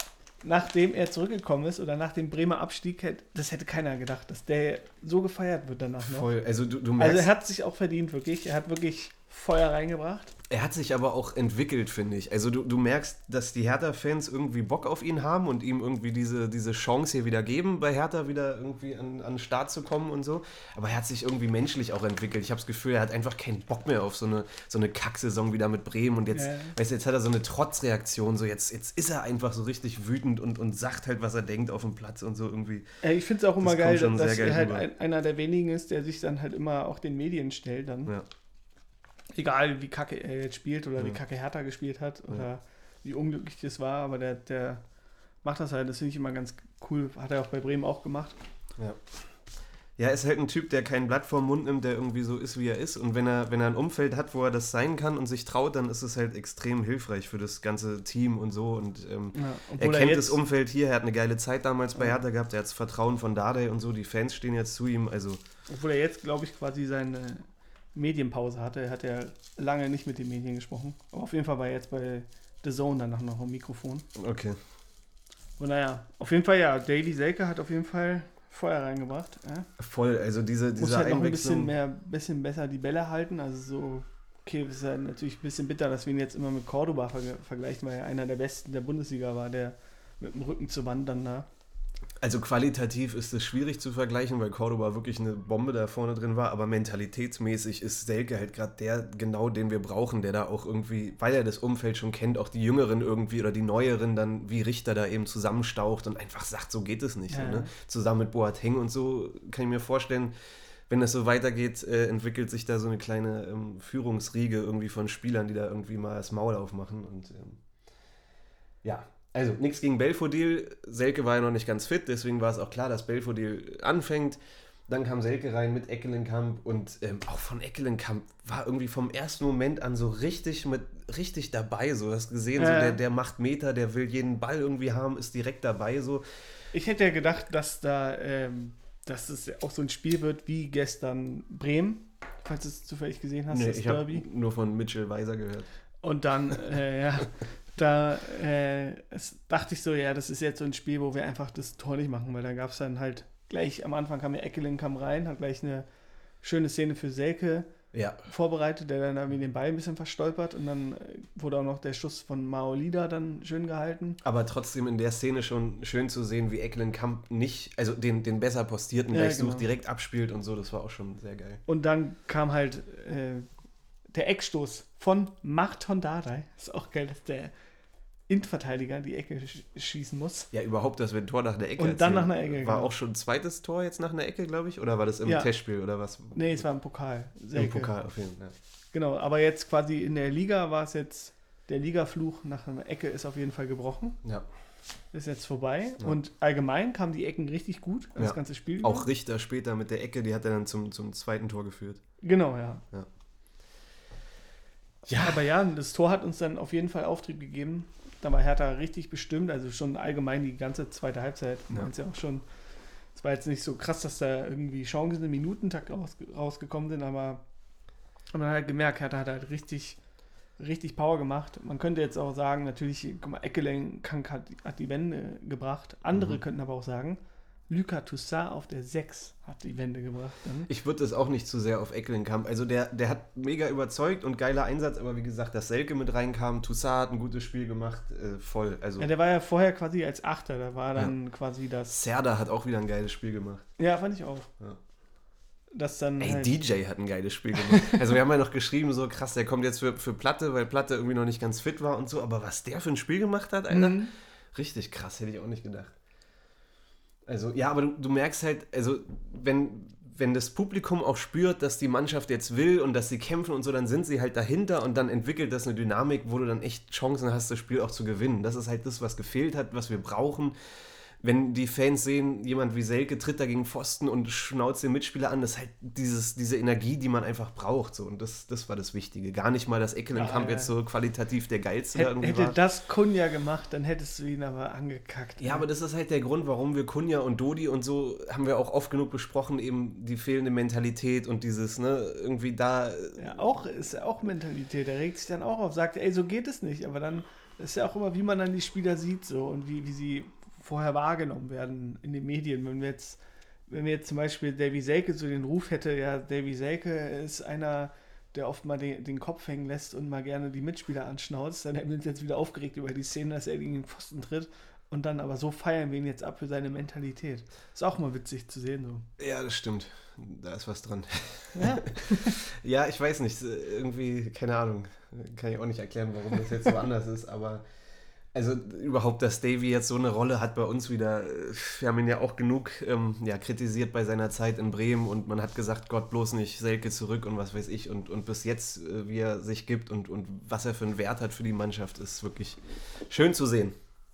nachdem er zurückgekommen ist oder nach dem Bremer Abstieg, hätte- das hätte keiner gedacht, dass der so gefeiert wird danach noch. Voll. Also du, du merkst, Also er hat sich auch verdient, wirklich. Er hat wirklich Feuer reingebracht. er hat sich aber auch entwickelt, finde ich. Also du, du merkst, dass die Hertha-Fans irgendwie Bock auf ihn haben und ihm irgendwie diese, diese Chance hier wieder geben, bei Hertha wieder irgendwie an, an den Start zu kommen und so. Aber er hat sich irgendwie menschlich auch entwickelt. Ich habe das Gefühl, er hat einfach keinen Bock mehr auf so eine, so eine Kacksaison wieder mit Bremen. Und jetzt, Ja. weißt du, jetzt hat er so eine Trotzreaktion. So jetzt, jetzt ist er einfach so richtig wütend und, und sagt halt, was er denkt auf dem Platz und so irgendwie. Äh, Ich finde es auch immer Das geil, kommt schon dass sehr er geil halt rüber. ein, einer der wenigen ist, der sich dann halt immer auch den Medien stellt dann. Ja. Egal wie kacke er jetzt spielt oder wie Ja. kacke Hertha gespielt hat oder Ja. wie unglücklich das war, aber der, der macht das halt, das finde ich immer ganz cool. Hat er auch bei Bremen auch gemacht. Ja. Ja, ist halt ein Typ, der kein Blatt vorm Mund nimmt, der irgendwie so ist, wie er ist. Und wenn er, wenn er ein Umfeld hat, wo er das sein kann und sich traut, dann ist es halt extrem hilfreich für das ganze Team und so. Und ähm, Ja, er obwohl kennt jetzt, das Umfeld hier, er hat eine geile Zeit damals bei Ja. Hertha gehabt, er hat das Vertrauen von Dardai und so, die Fans stehen jetzt zu ihm, also Obwohl er jetzt, glaube ich, quasi seine Medienpause hatte. Er hat ja lange nicht mit den Medien gesprochen. Aber auf jeden Fall war er jetzt bei The Zone danach noch am Mikrofon. okay. Und naja, auf jeden Fall ja, Davy Selke hat auf jeden Fall Feuer reingebracht. Ja? Voll, also diese, Muss diese halt noch ein bisschen Einwechslung. mehr, bisschen besser die Bälle halten. Also so, okay, es ist ja natürlich ein bisschen bitter, dass wir ihn jetzt immer mit Cordoba ver vergleichen, weil er einer der Besten der Bundesliga war, der mit dem Rücken zur Wand dann da. Also qualitativ ist es schwierig zu vergleichen, weil Cordoba wirklich eine Bombe da vorne drin war, aber mentalitätsmäßig ist Selke halt gerade der, genau den wir brauchen, der da auch irgendwie, weil er das Umfeld schon kennt, auch die Jüngeren irgendwie oder die Neueren dann wie Richter da eben zusammenstaucht und einfach sagt, so geht es nicht. Ja. So, ne? Zusammen mit Boateng und so kann ich mir vorstellen, wenn das so weitergeht, äh, entwickelt sich da so eine kleine ähm, Führungsriege irgendwie von Spielern, die da irgendwie mal das Maul aufmachen. Und ähm, ja, also nichts gegen Belfodil. Selke war ja noch nicht ganz fit, deswegen war es auch klar, dass Belfodil anfängt. Dann kam Selke rein mit Ekkelenkamp und ähm, auch von Ekkelenkamp war irgendwie vom ersten Moment an so richtig mit richtig dabei. So, du hast gesehen, Ja. so, der, der macht Meter, der will jeden Ball irgendwie haben, ist direkt dabei. So. Ich hätte ja gedacht, dass da, ähm, dass es auch so ein Spiel wird wie gestern Bremen, falls du es zufällig gesehen hast, Nee, das ich habe Derby. nur von Mitchell Weiser gehört. Und dann, äh, ja, da äh, es, dachte ich so, ja, das ist jetzt so ein Spiel, wo wir einfach das Tor nicht machen, weil da gab es dann halt gleich am Anfang kam der Eckelin kam rein, hat gleich eine schöne Szene für Selke Ja, vorbereitet, der dann irgendwie den Ball ein bisschen verstolpert und dann äh, wurde auch noch der Schuss von Maolida dann schön gehalten. aber trotzdem in der Szene schon schön zu sehen, wie Ekkelenkamp nicht, also den, den besser postierten Ja, gleich genau. sucht, direkt abspielt und so, das war auch schon sehr geil. Und dann kam halt äh, der Eckstoß von Marton Dardai. Ist auch geil, dass der Innenverteidiger die Ecke sch- schießen muss. Ja, überhaupt, dass wir ein Tor nach einer Ecke Und dann erzielen. nach einer Ecke, War genau. auch schon ein zweites Tor jetzt nach einer Ecke, glaube ich, oder war das im Ja. Testspiel oder was? Nee, es war im Pokal. Im Selke. Pokal auf jeden Fall. Ja. Genau, aber jetzt quasi in der Liga war es jetzt, der Ligafluch nach einer Ecke ist auf jeden Fall gebrochen. Ja. Ist jetzt vorbei. Ja. Und allgemein kamen die Ecken richtig gut, das Ja. ganze Spiel. Auch Richter später mit der Ecke, die hat er dann zum, zum zweiten Tor geführt. Genau, ja. Ja. Ja, aber ja, das Tor hat uns dann auf jeden Fall Auftrieb gegeben. Da war Hertha richtig bestimmt, also schon allgemein die ganze zweite Halbzeit. Ja. Man ja auch schon, es war jetzt nicht so krass, dass da irgendwie Chancen im Minutentakt raus, rausgekommen sind, aber man hat halt gemerkt, Hertha hat halt richtig, richtig Power gemacht. Man könnte jetzt auch sagen, natürlich, guck mal, Ekkelenkamp hat, hat die Wende gebracht. Andere Mhm. könnten aber auch sagen, Lucas Toussaint auf der sechs hat die Wende gebracht. Dann. Ich würde das auch nicht zu sehr auf Ekkelenkamp. Also der, der hat mega überzeugt und geiler Einsatz, aber wie gesagt, dass Selke mit reinkam, Toussaint hat ein gutes Spiel gemacht, äh, voll. Also Ja, der war ja vorher quasi als Achter, da war dann quasi das. Serda hat auch wieder ein geiles Spiel gemacht. Ja, fand ich auch. Ja. Das dann Ey, halt, D J hat ein geiles Spiel gemacht. Also wir haben ja noch geschrieben, so krass, der kommt jetzt für, für Platte, weil Platte irgendwie noch nicht ganz fit war und so, aber was der für ein Spiel gemacht hat, Alter, Mhm. richtig krass, hätte ich auch nicht gedacht. Also, ja, aber du, du merkst halt, also wenn, wenn das Publikum auch spürt, dass die Mannschaft jetzt will und dass sie kämpfen und so, dann sind sie halt dahinter und dann entwickelt das eine Dynamik, wo du dann echt Chancen hast, das Spiel auch zu gewinnen. Das ist halt das, was gefehlt hat, was wir brauchen. Wenn die Fans sehen, jemand wie Selke tritt da gegen Pfosten und schnauzt den Mitspieler an, das ist halt dieses, diese Energie, die man einfach braucht. So. Und das, das war das Wichtige. Gar nicht mal, dass Ekkelenkamp Ja, ja. jetzt so qualitativ der Geilste da hätte, irgendwie hätte war. das Kunja gemacht, dann hättest du ihn aber angekackt. Ja, aber das ist halt der Grund, warum wir Kunja und Dodi und so, haben wir auch oft genug besprochen, eben die fehlende Mentalität und dieses, ne, irgendwie da. Ja, auch, ist ja auch Mentalität. Der regt sich dann auch auf, sagt, ey, so geht es nicht. Aber dann ist ja auch immer, wie man dann die Spieler sieht so und wie, wie sie vorher wahrgenommen werden in den Medien. Wenn wir jetzt, wenn wir jetzt zum Beispiel Davy Selke so den Ruf hätte, ja, Davy Selke ist einer, der oft mal den, den Kopf hängen lässt und mal gerne die Mitspieler anschnauzt, dann hätten wir uns jetzt wieder aufgeregt über die Szene, dass er gegen den Pfosten tritt und dann aber so feiern wir ihn jetzt ab für seine Mentalität. Ist auch mal witzig zu sehen so. Ja, das stimmt. Da ist was dran. Ja. Ja, ich weiß nicht, irgendwie, keine Ahnung, kann ich auch nicht erklären, warum das jetzt so anders ist, aber also überhaupt, dass Davy jetzt so eine Rolle hat bei uns wieder, wir haben ihn ja auch genug ähm, ja, kritisiert bei seiner Zeit in Bremen und man hat gesagt, Gott, bloß nicht Selke zurück und was weiß ich und, und bis jetzt, äh, wie er sich gibt und, und was er für einen Wert hat für die Mannschaft, ist wirklich schön zu sehen.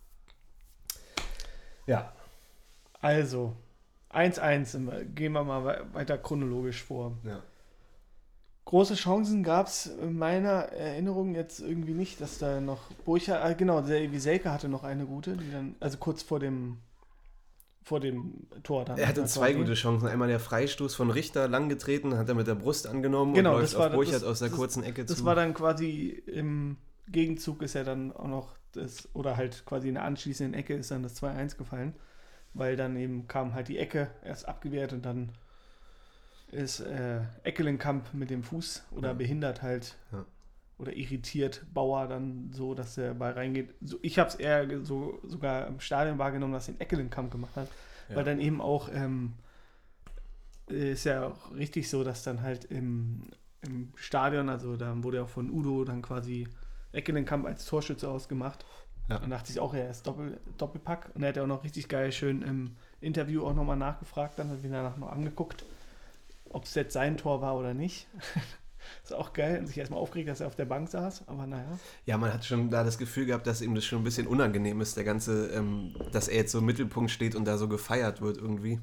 Ja. Also, eins eins, gehen wir mal we- weiter chronologisch vor. Ja. Große Chancen gab es in meiner Erinnerung jetzt irgendwie nicht, dass da noch Burcher, ah, genau, der Selke hatte noch eine gute, die dann, also kurz vor dem vor dem Tor dann. Er hatte quasi. zwei gute Chancen. Einmal der Freistoß von Richter, lang getreten, hat er mit der Brust angenommen Genau, und das läuft war auf Burchard das- aus der das- kurzen Ecke Das zu. war dann quasi im Gegenzug ist ja dann auch noch das, oder halt quasi in der anschließenden Ecke ist dann das zwei eins gefallen, weil dann eben kam halt die Ecke erst abgewehrt und dann ist äh, Ekkelenkamp mit dem Fuß oder Ja. behindert halt Ja. oder irritiert Bauer dann so, dass der Ball reingeht. So, ich habe es eher ge- so, sogar im Stadion wahrgenommen, dass den Ekkelenkamp gemacht hat, Ja. weil dann eben auch ähm, ist ja auch richtig so, dass dann halt im, im Stadion, also da wurde ja von Udo dann quasi Ekkelenkamp als Torschütze ausgemacht. Ja. Dann dachte ich auch, er ist Doppel, Doppelpack. Und er hat ja auch noch richtig geil schön im Interview auch nochmal nachgefragt, dann hat ihn danach noch angeguckt. ob es jetzt sein Tor war oder nicht. Ist auch geil und sich erstmal aufgeregt, dass er auf der Bank saß, aber naja. Ja, man hat schon da das Gefühl gehabt, dass ihm das schon ein bisschen unangenehm ist, der ganze, ähm, dass er jetzt so im Mittelpunkt steht und da so gefeiert wird irgendwie.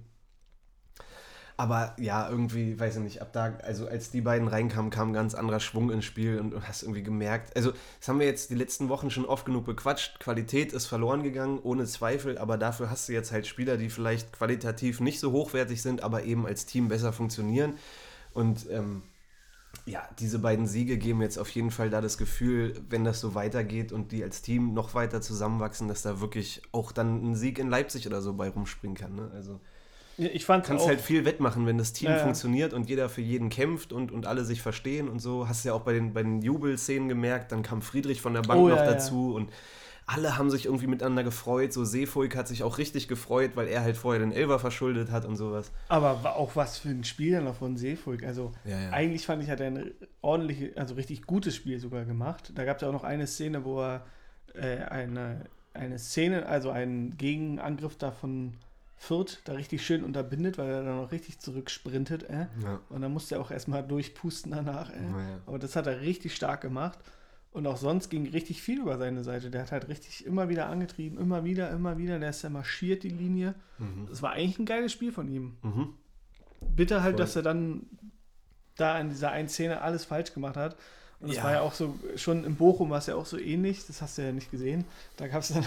Aber ja, irgendwie, weiß ich nicht, ab da, also als die beiden reinkamen, kam ein ganz anderer Schwung ins Spiel und du hast irgendwie gemerkt, also das haben wir jetzt die letzten Wochen schon oft genug bequatscht, Qualität ist verloren gegangen, ohne Zweifel, aber dafür hast du jetzt halt Spieler, die vielleicht qualitativ nicht so hochwertig sind, aber eben als Team besser funktionieren und ähm, ja, diese beiden Siege geben jetzt auf jeden Fall da das Gefühl, wenn das so weitergeht und die als Team noch weiter zusammenwachsen, dass da wirklich auch dann ein Sieg in Leipzig oder so bei rumspringen kann, ne? Also ich fand Du kannst auch, halt viel wettmachen, wenn das Team Ja, ja. funktioniert und jeder für jeden kämpft und, und alle sich verstehen und so. Hast du ja auch bei den, bei den Jubelszenen gemerkt, dann kam Friedrich von der Bank Oh, noch ja, ja. dazu und alle haben sich irgendwie miteinander gefreut. So Seefuig hat sich auch richtig gefreut, weil er halt vorher den Elfer verschuldet hat und sowas. aber wa- auch was für ein Spiel dann noch von Seefuig. Also Ja, ja. eigentlich fand ich, hat er ein ordentliches, also richtig gutes Spiel sogar gemacht. Da gab es ja auch noch eine Szene, wo er äh, eine, eine Szene, also einen Gegenangriff da von Fürth da richtig schön unterbindet, weil er dann noch richtig zurücksprintet. Äh. Ja. Und dann musste er auch erstmal durchpusten danach. Äh. Ja, ja. Aber das hat er richtig stark gemacht. Und auch sonst ging richtig viel über seine Seite. Der hat halt richtig immer wieder angetrieben, immer wieder, immer wieder. Der ist ja marschiert, die Linie. Mhm. Das war eigentlich ein geiles Spiel von ihm. Mhm. Bitter halt, Voll. dass er dann da in dieser einen Szene alles falsch gemacht hat. Und das Ja. war ja auch so, schon in Bochum war es ja auch so ähnlich, das hast du ja nicht gesehen. Da gab es dann,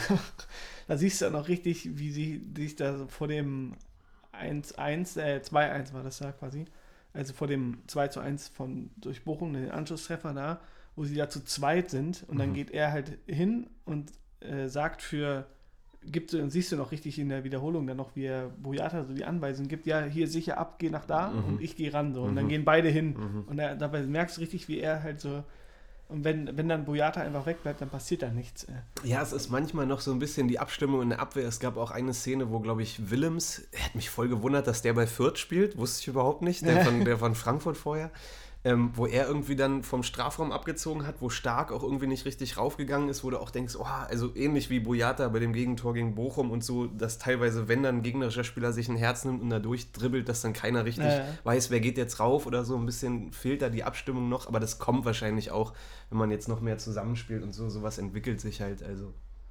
da siehst du dann auch richtig, wie sie sich da so vor dem eins eins, äh, zwei eins war das da quasi, also vor dem zwei zu eins von durch Bochum, den Anschlusstreffer da, wo sie da zu zweit sind und dann Mhm. geht er halt hin und äh, sagt für, gibt, und siehst du noch richtig in der Wiederholung dann noch, wie er Boyata so die Anweisung gibt, ja, hier sicher ab, geh nach da Mhm. und ich gehe ran so. Und Mhm. dann gehen beide hin. Mhm. Und er, dabei merkst du richtig, wie er halt so, und wenn, wenn dann Boyata einfach wegbleibt, dann passiert da nichts. äh. Ja, es ist manchmal noch so ein bisschen die Abstimmung in der Abwehr. Es gab auch eine Szene, wo, glaube ich, Willems, er hat mich voll gewundert, dass der bei Fürth spielt, wusste ich überhaupt nicht, der von, der von Frankfurt vorher, ähm, wo er irgendwie dann vom Strafraum abgezogen hat, wo Stark auch irgendwie nicht richtig raufgegangen ist, wo du auch denkst, oh, also ähnlich wie Boyata bei dem Gegentor gegen Bochum und so, dass teilweise, wenn dann ein gegnerischer Spieler sich ein Herz nimmt und da durchdribbelt, dass dann keiner richtig Ja, ja. weiß, wer geht jetzt rauf oder so, ein bisschen fehlt da die Abstimmung noch, aber das kommt wahrscheinlich auch, wenn man jetzt noch mehr zusammenspielt und so, sowas entwickelt sich halt, also.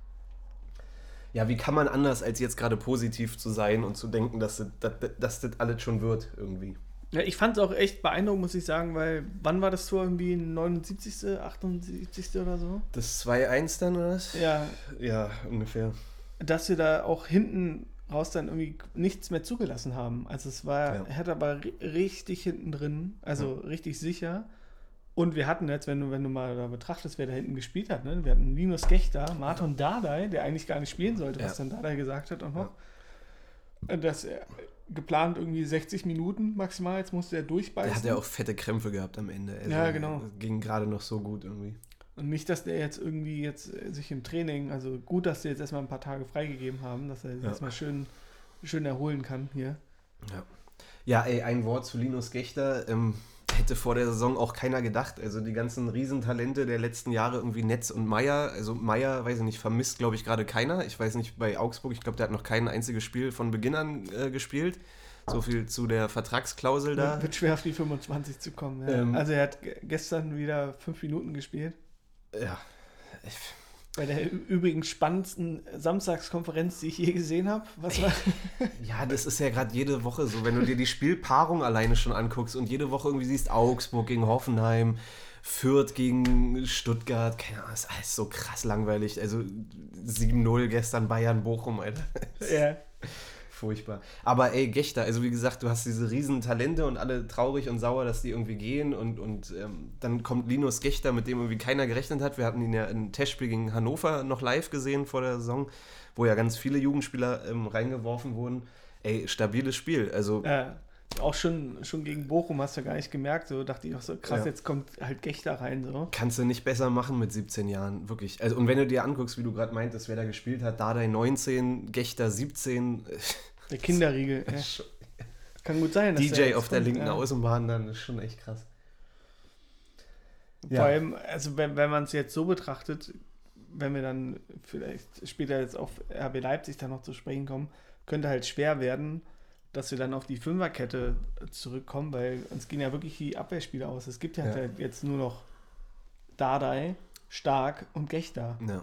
Ja, wie kann man anders, als jetzt gerade positiv zu sein und zu denken, dass das, dass, dass das alles schon wird, irgendwie. Ja, ich fand es auch echt beeindruckend, muss ich sagen, weil wann war das Tor irgendwie neunundsiebzigste, achtundsiebzigste oder so? Das zwei eins dann, oder was? Ja, Ja, ungefähr. dass wir da auch hinten raus dann irgendwie nichts mehr zugelassen haben. Also es war, Ja. er hat aber ri- richtig hinten drin, also richtig sicher. Und wir hatten jetzt, wenn du, wenn du mal da betrachtest, wer da hinten gespielt hat, ne? Wir hatten Linus Gechter, Marton Dardai, der eigentlich gar nicht spielen sollte, was Ja. dann Dardai gesagt hat auch noch. Und Das er geplant irgendwie sechzig Minuten maximal, jetzt musste er durchbeißen. Der hat ja auch fette Krämpfe gehabt am Ende. Also, Ja, genau. das ging gerade noch so gut irgendwie. Und nicht, dass der jetzt irgendwie jetzt äh, sich im Training, also gut, dass sie jetzt erstmal ein paar Tage freigegeben haben, dass er sich Ja. erstmal schön, schön erholen kann hier. Ja. Ja, ey, ein Wort zu Linus Gechter. Ähm, hätte vor der Saison auch keiner gedacht. Also die ganzen Riesentalente der letzten Jahre, irgendwie Netz und Meier. Also Meier, weiß ich nicht, vermisst, glaube ich, gerade keiner. Ich weiß nicht, bei Augsburg, ich glaube, der hat noch kein einziges Spiel von Beginn an äh, gespielt. So viel zu der Vertragsklausel da. Wird schwer auf die fünfundzwanzig zu kommen. Ja. Ähm. Also er hat ge- gestern wieder fünf Minuten gespielt. Ja. Ich, Bei der ü- übrigens spannendsten Samstagskonferenz, die ich je gesehen habe. Was war? ja, das ist ja gerade jede Woche so, wenn du dir die Spielpaarung alleine schon anguckst und jede Woche irgendwie siehst, Augsburg gegen Hoffenheim, Fürth gegen Stuttgart, keine Ahnung, das ist alles so krass langweilig. Also sieben null gestern Bayern, Bochum, Alter. Ja. Furchtbar. Aber ey, Gechter, also wie gesagt, du hast diese riesen Talente und alle traurig und sauer, dass die irgendwie gehen und, und ähm, dann kommt Linus Gechter, mit dem irgendwie keiner gerechnet hat. Wir hatten ihn ja im Testspiel gegen Hannover noch live gesehen vor der Saison, wo ja ganz viele Jugendspieler ähm, reingeworfen wurden. Ey, stabiles Spiel. Also Ja. Auch schon, schon gegen Bochum hast du gar nicht gemerkt. So dachte ich auch so, krass, Ja. jetzt kommt halt Gechter rein. So. kannst du nicht besser machen mit siebzehn Jahren, wirklich. Also, und wenn du dir anguckst, wie du gerade meintest, wer da gespielt hat, Dardai neunzehn, Gechter siebzehn, Der Kinderriegel. Ja. Kann gut sein. dass D der J jetzt auf der kommt, linken ja. Außenbahn, dann ist schon echt krass. Ja. Vor allem, also wenn, wenn man es jetzt so betrachtet, wenn wir dann vielleicht später jetzt auf R B Leipzig dann noch zu sprechen kommen, könnte halt schwer werden, dass wir dann auf die Fünferkette zurückkommen, weil uns gehen ja wirklich die Abwehrspieler aus. Es gibt ja, Ja. halt jetzt nur noch Dardai, Stark und Gechter. Ja.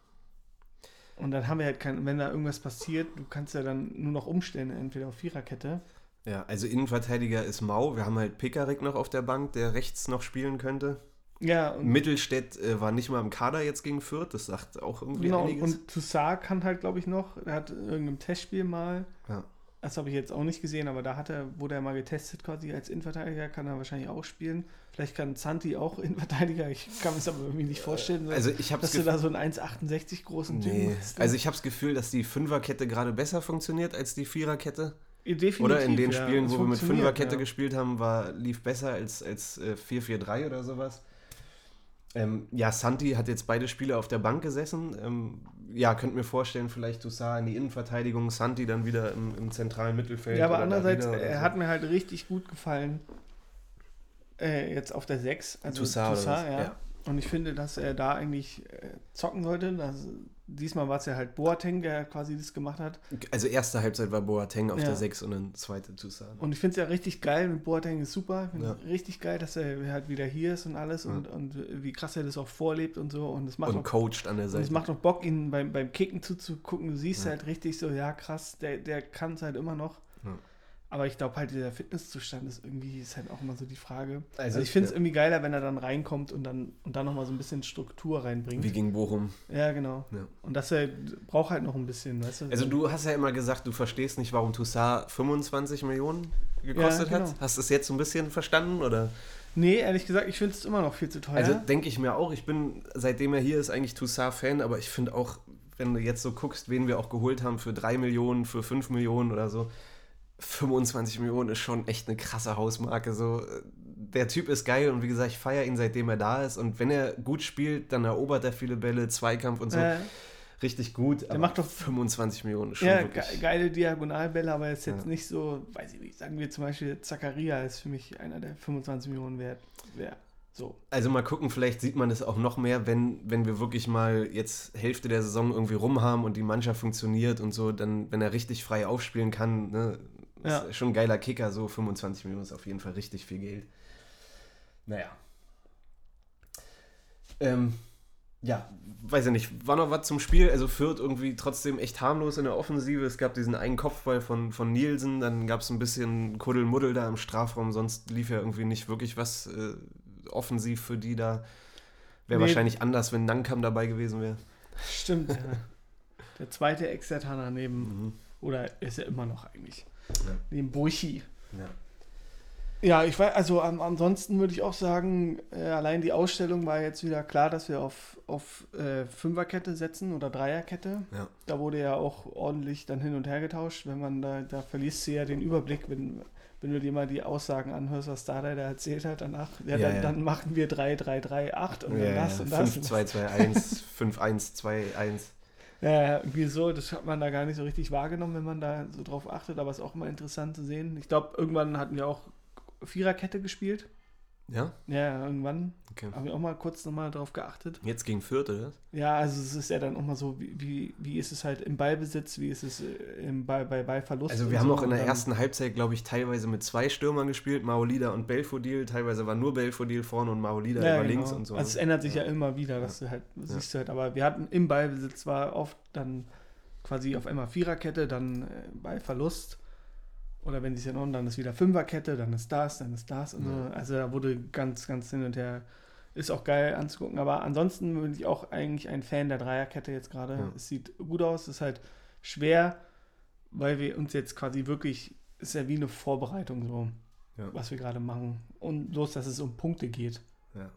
Und dann haben wir halt kein, wenn da irgendwas passiert, du kannst ja dann nur noch umstellen, entweder auf Viererkette. Ja, also Innenverteidiger ist Mau. Wir haben halt Pekarik noch auf der Bank, der rechts noch spielen könnte. Ja, und, Mittelstädt äh, war nicht mal im Kader jetzt gegen Fürth. Das sagt auch irgendwie genau, einiges. und Toussaint kann halt, glaube ich, noch, er hat in irgendeinem Testspiel mal, Ja. das habe ich jetzt auch nicht gesehen, aber da hat er, wurde er mal getestet quasi als Innenverteidiger, kann er wahrscheinlich auch spielen. Vielleicht kann Zanti auch Innenverteidiger, ich kann mir das aber irgendwie nicht vorstellen, Also ich habe dass du da so einen eins Komma achtundsechzig großen Typen Nee. hast. Also ich habe das Gefühl, dass die Fünferkette gerade besser funktioniert als die Viererkette. Definitiv, Oder in den ja, Spielen, es wo wir mit funktioniert, Fünferkette ja. gespielt haben, war, lief besser als, als äh, vier vier drei oder sowas. Ähm, ja, Santi hat jetzt beide Spiele auf der Bank gesessen. Ähm, ja, könnt mir vorstellen, vielleicht Toussaint in die Innenverteidigung, Santi dann wieder im, im zentralen Mittelfeld. Ja, aber oder andererseits, Darida oder er so. hat mir halt richtig gut gefallen, äh, jetzt auf der sechs, also Toussaint oder Toussaint, was? ja. Ja. Und ich finde, dass er da eigentlich äh, zocken sollte. Das, diesmal war es ja halt Boateng, der quasi das gemacht hat. Also erste Halbzeit war Boateng auf Ja. der sechs und dann zweite Toussaint. Und ich finde es ja richtig geil, mit Boateng ist super. Ich finde Ja. es richtig geil, dass er halt wieder hier ist und alles Ja. und, und wie krass er das auch vorlebt und so. Und es macht Und auch coacht an der Und Seite. es macht auch Bock, ihn beim, beim Kicken zuzugucken. Du siehst Ja. halt richtig so, ja krass, der, der kann es halt immer noch. Ja. Aber ich glaube halt, dieser Fitnesszustand ist irgendwie, ist halt auch immer so die Frage. Also, Also, ich finde es ja. irgendwie geiler, wenn er dann reinkommt und dann, und dann nochmal so ein bisschen Struktur reinbringt. Wie gegen Bochum. Ja, genau. Ja. Und das er braucht halt noch ein bisschen, weißt du? Also du hast ja immer gesagt, du verstehst nicht, warum Toussaint fünfundzwanzig Millionen gekostet Ja, genau. hat. Hast du es jetzt so ein bisschen verstanden, oder? Nee, ehrlich gesagt, ich finde es immer noch viel zu teuer. Also denke ich mir auch, ich bin, seitdem er hier ist, eigentlich Toussaint-Fan, aber ich finde auch, wenn du jetzt so guckst, wen wir auch geholt haben für drei Millionen, für fünf Millionen oder so, fünfundzwanzig Millionen ist schon echt eine krasse Hausmarke. So, der Typ ist geil und wie gesagt, ich feiere ihn, seitdem er da ist. Und wenn er gut spielt, dann erobert er viele Bälle, Zweikampf und so. äh, Richtig gut. Der macht doch- fünfundzwanzig Millionen ist schon ja, wirklich... ge geile Diagonalbälle, aber ist jetzt Ja. nicht so, weiß ich nicht, sagen wir zum Beispiel, Zakaria ist für mich einer, der fünfundzwanzig Millionen wert wäre. So. Also mal gucken, vielleicht sieht man das auch noch mehr, wenn, wenn wir wirklich mal jetzt Hälfte der Saison irgendwie rum haben und die Mannschaft funktioniert und so, dann, wenn er richtig frei aufspielen kann, ne, Ja. ist schon ein geiler Kicker, so fünfundzwanzig Millionen ist auf jeden Fall richtig viel Geld. Naja. Ähm, ja, weiß ich nicht, war noch was zum Spiel, also Fürth irgendwie trotzdem echt harmlos in der Offensive, es gab diesen einen Kopfball von, von Nielsen, dann gab es ein bisschen Kuddelmuddel da im Strafraum, sonst lief ja irgendwie nicht wirklich was äh, offensiv für die da. Wäre Nee. wahrscheinlich anders, wenn Nankam dabei gewesen wäre. Stimmt, ja. Der zweite Extertaner neben, Mhm. oder ist er immer noch eigentlich, Ja. neben Burchi. Ja. Ja, ich weiß, also an, ansonsten würde ich auch sagen, äh, allein die Ausstellung war jetzt wieder klar, dass wir auf, auf äh, Fünferkette setzen oder Dreierkette. Ja. Da wurde ja auch ordentlich dann hin und her getauscht. Wenn man da, da verlierst du ja den Überblick, wenn, wenn du dir mal die Aussagen anhörst, was Dada da erzählt hat danach. Ja, Ja, dann, ja. dann machen wir drei drei drei acht und dann das und das. fünf zwei zwei eins, fünf eins zwei eins. Ja, ja, irgendwie so, das hat man da gar nicht so richtig wahrgenommen, wenn man da so drauf achtet, aber es ist auch immer interessant zu sehen. Ich glaube, irgendwann hatten wir auch Viererkette gespielt. Ja? Ja, irgendwann Okay. habe ich auch mal kurz nochmal drauf geachtet. Jetzt gegen Fürth, oder? Ja, also es ist ja dann auch mal so, wie, wie, wie ist es halt im Ballbesitz, wie ist es äh, im Ball, bei Ballverlust. Also und wir haben so. auch in der Und dann- ersten Halbzeit, glaube ich, teilweise mit zwei Stürmern gespielt, Maolida und Belfodil. Teilweise war nur Belfodil vorne und Maolida ja, über genau. links und so. Also es ändert sich ja, immer wieder, dass du halt, siehst du halt, aber wir hatten im Ballbesitz zwar oft dann quasi auf einmal Viererkette, dann äh, Ballverlust. Oder wenn sie es ja noch, dann ist wieder Fünferkette, dann ist das, dann ist das und Ja. so. Also da wurde ganz, ganz hin und her. Ist auch geil anzugucken. Aber ansonsten bin ich auch eigentlich ein Fan der Dreierkette jetzt gerade. Ja. Es sieht gut aus, ist halt schwer, weil wir uns jetzt quasi wirklich, ist ja wie eine Vorbereitung so, Ja. was wir gerade machen. Und bloß, dass es um Punkte geht. Ja.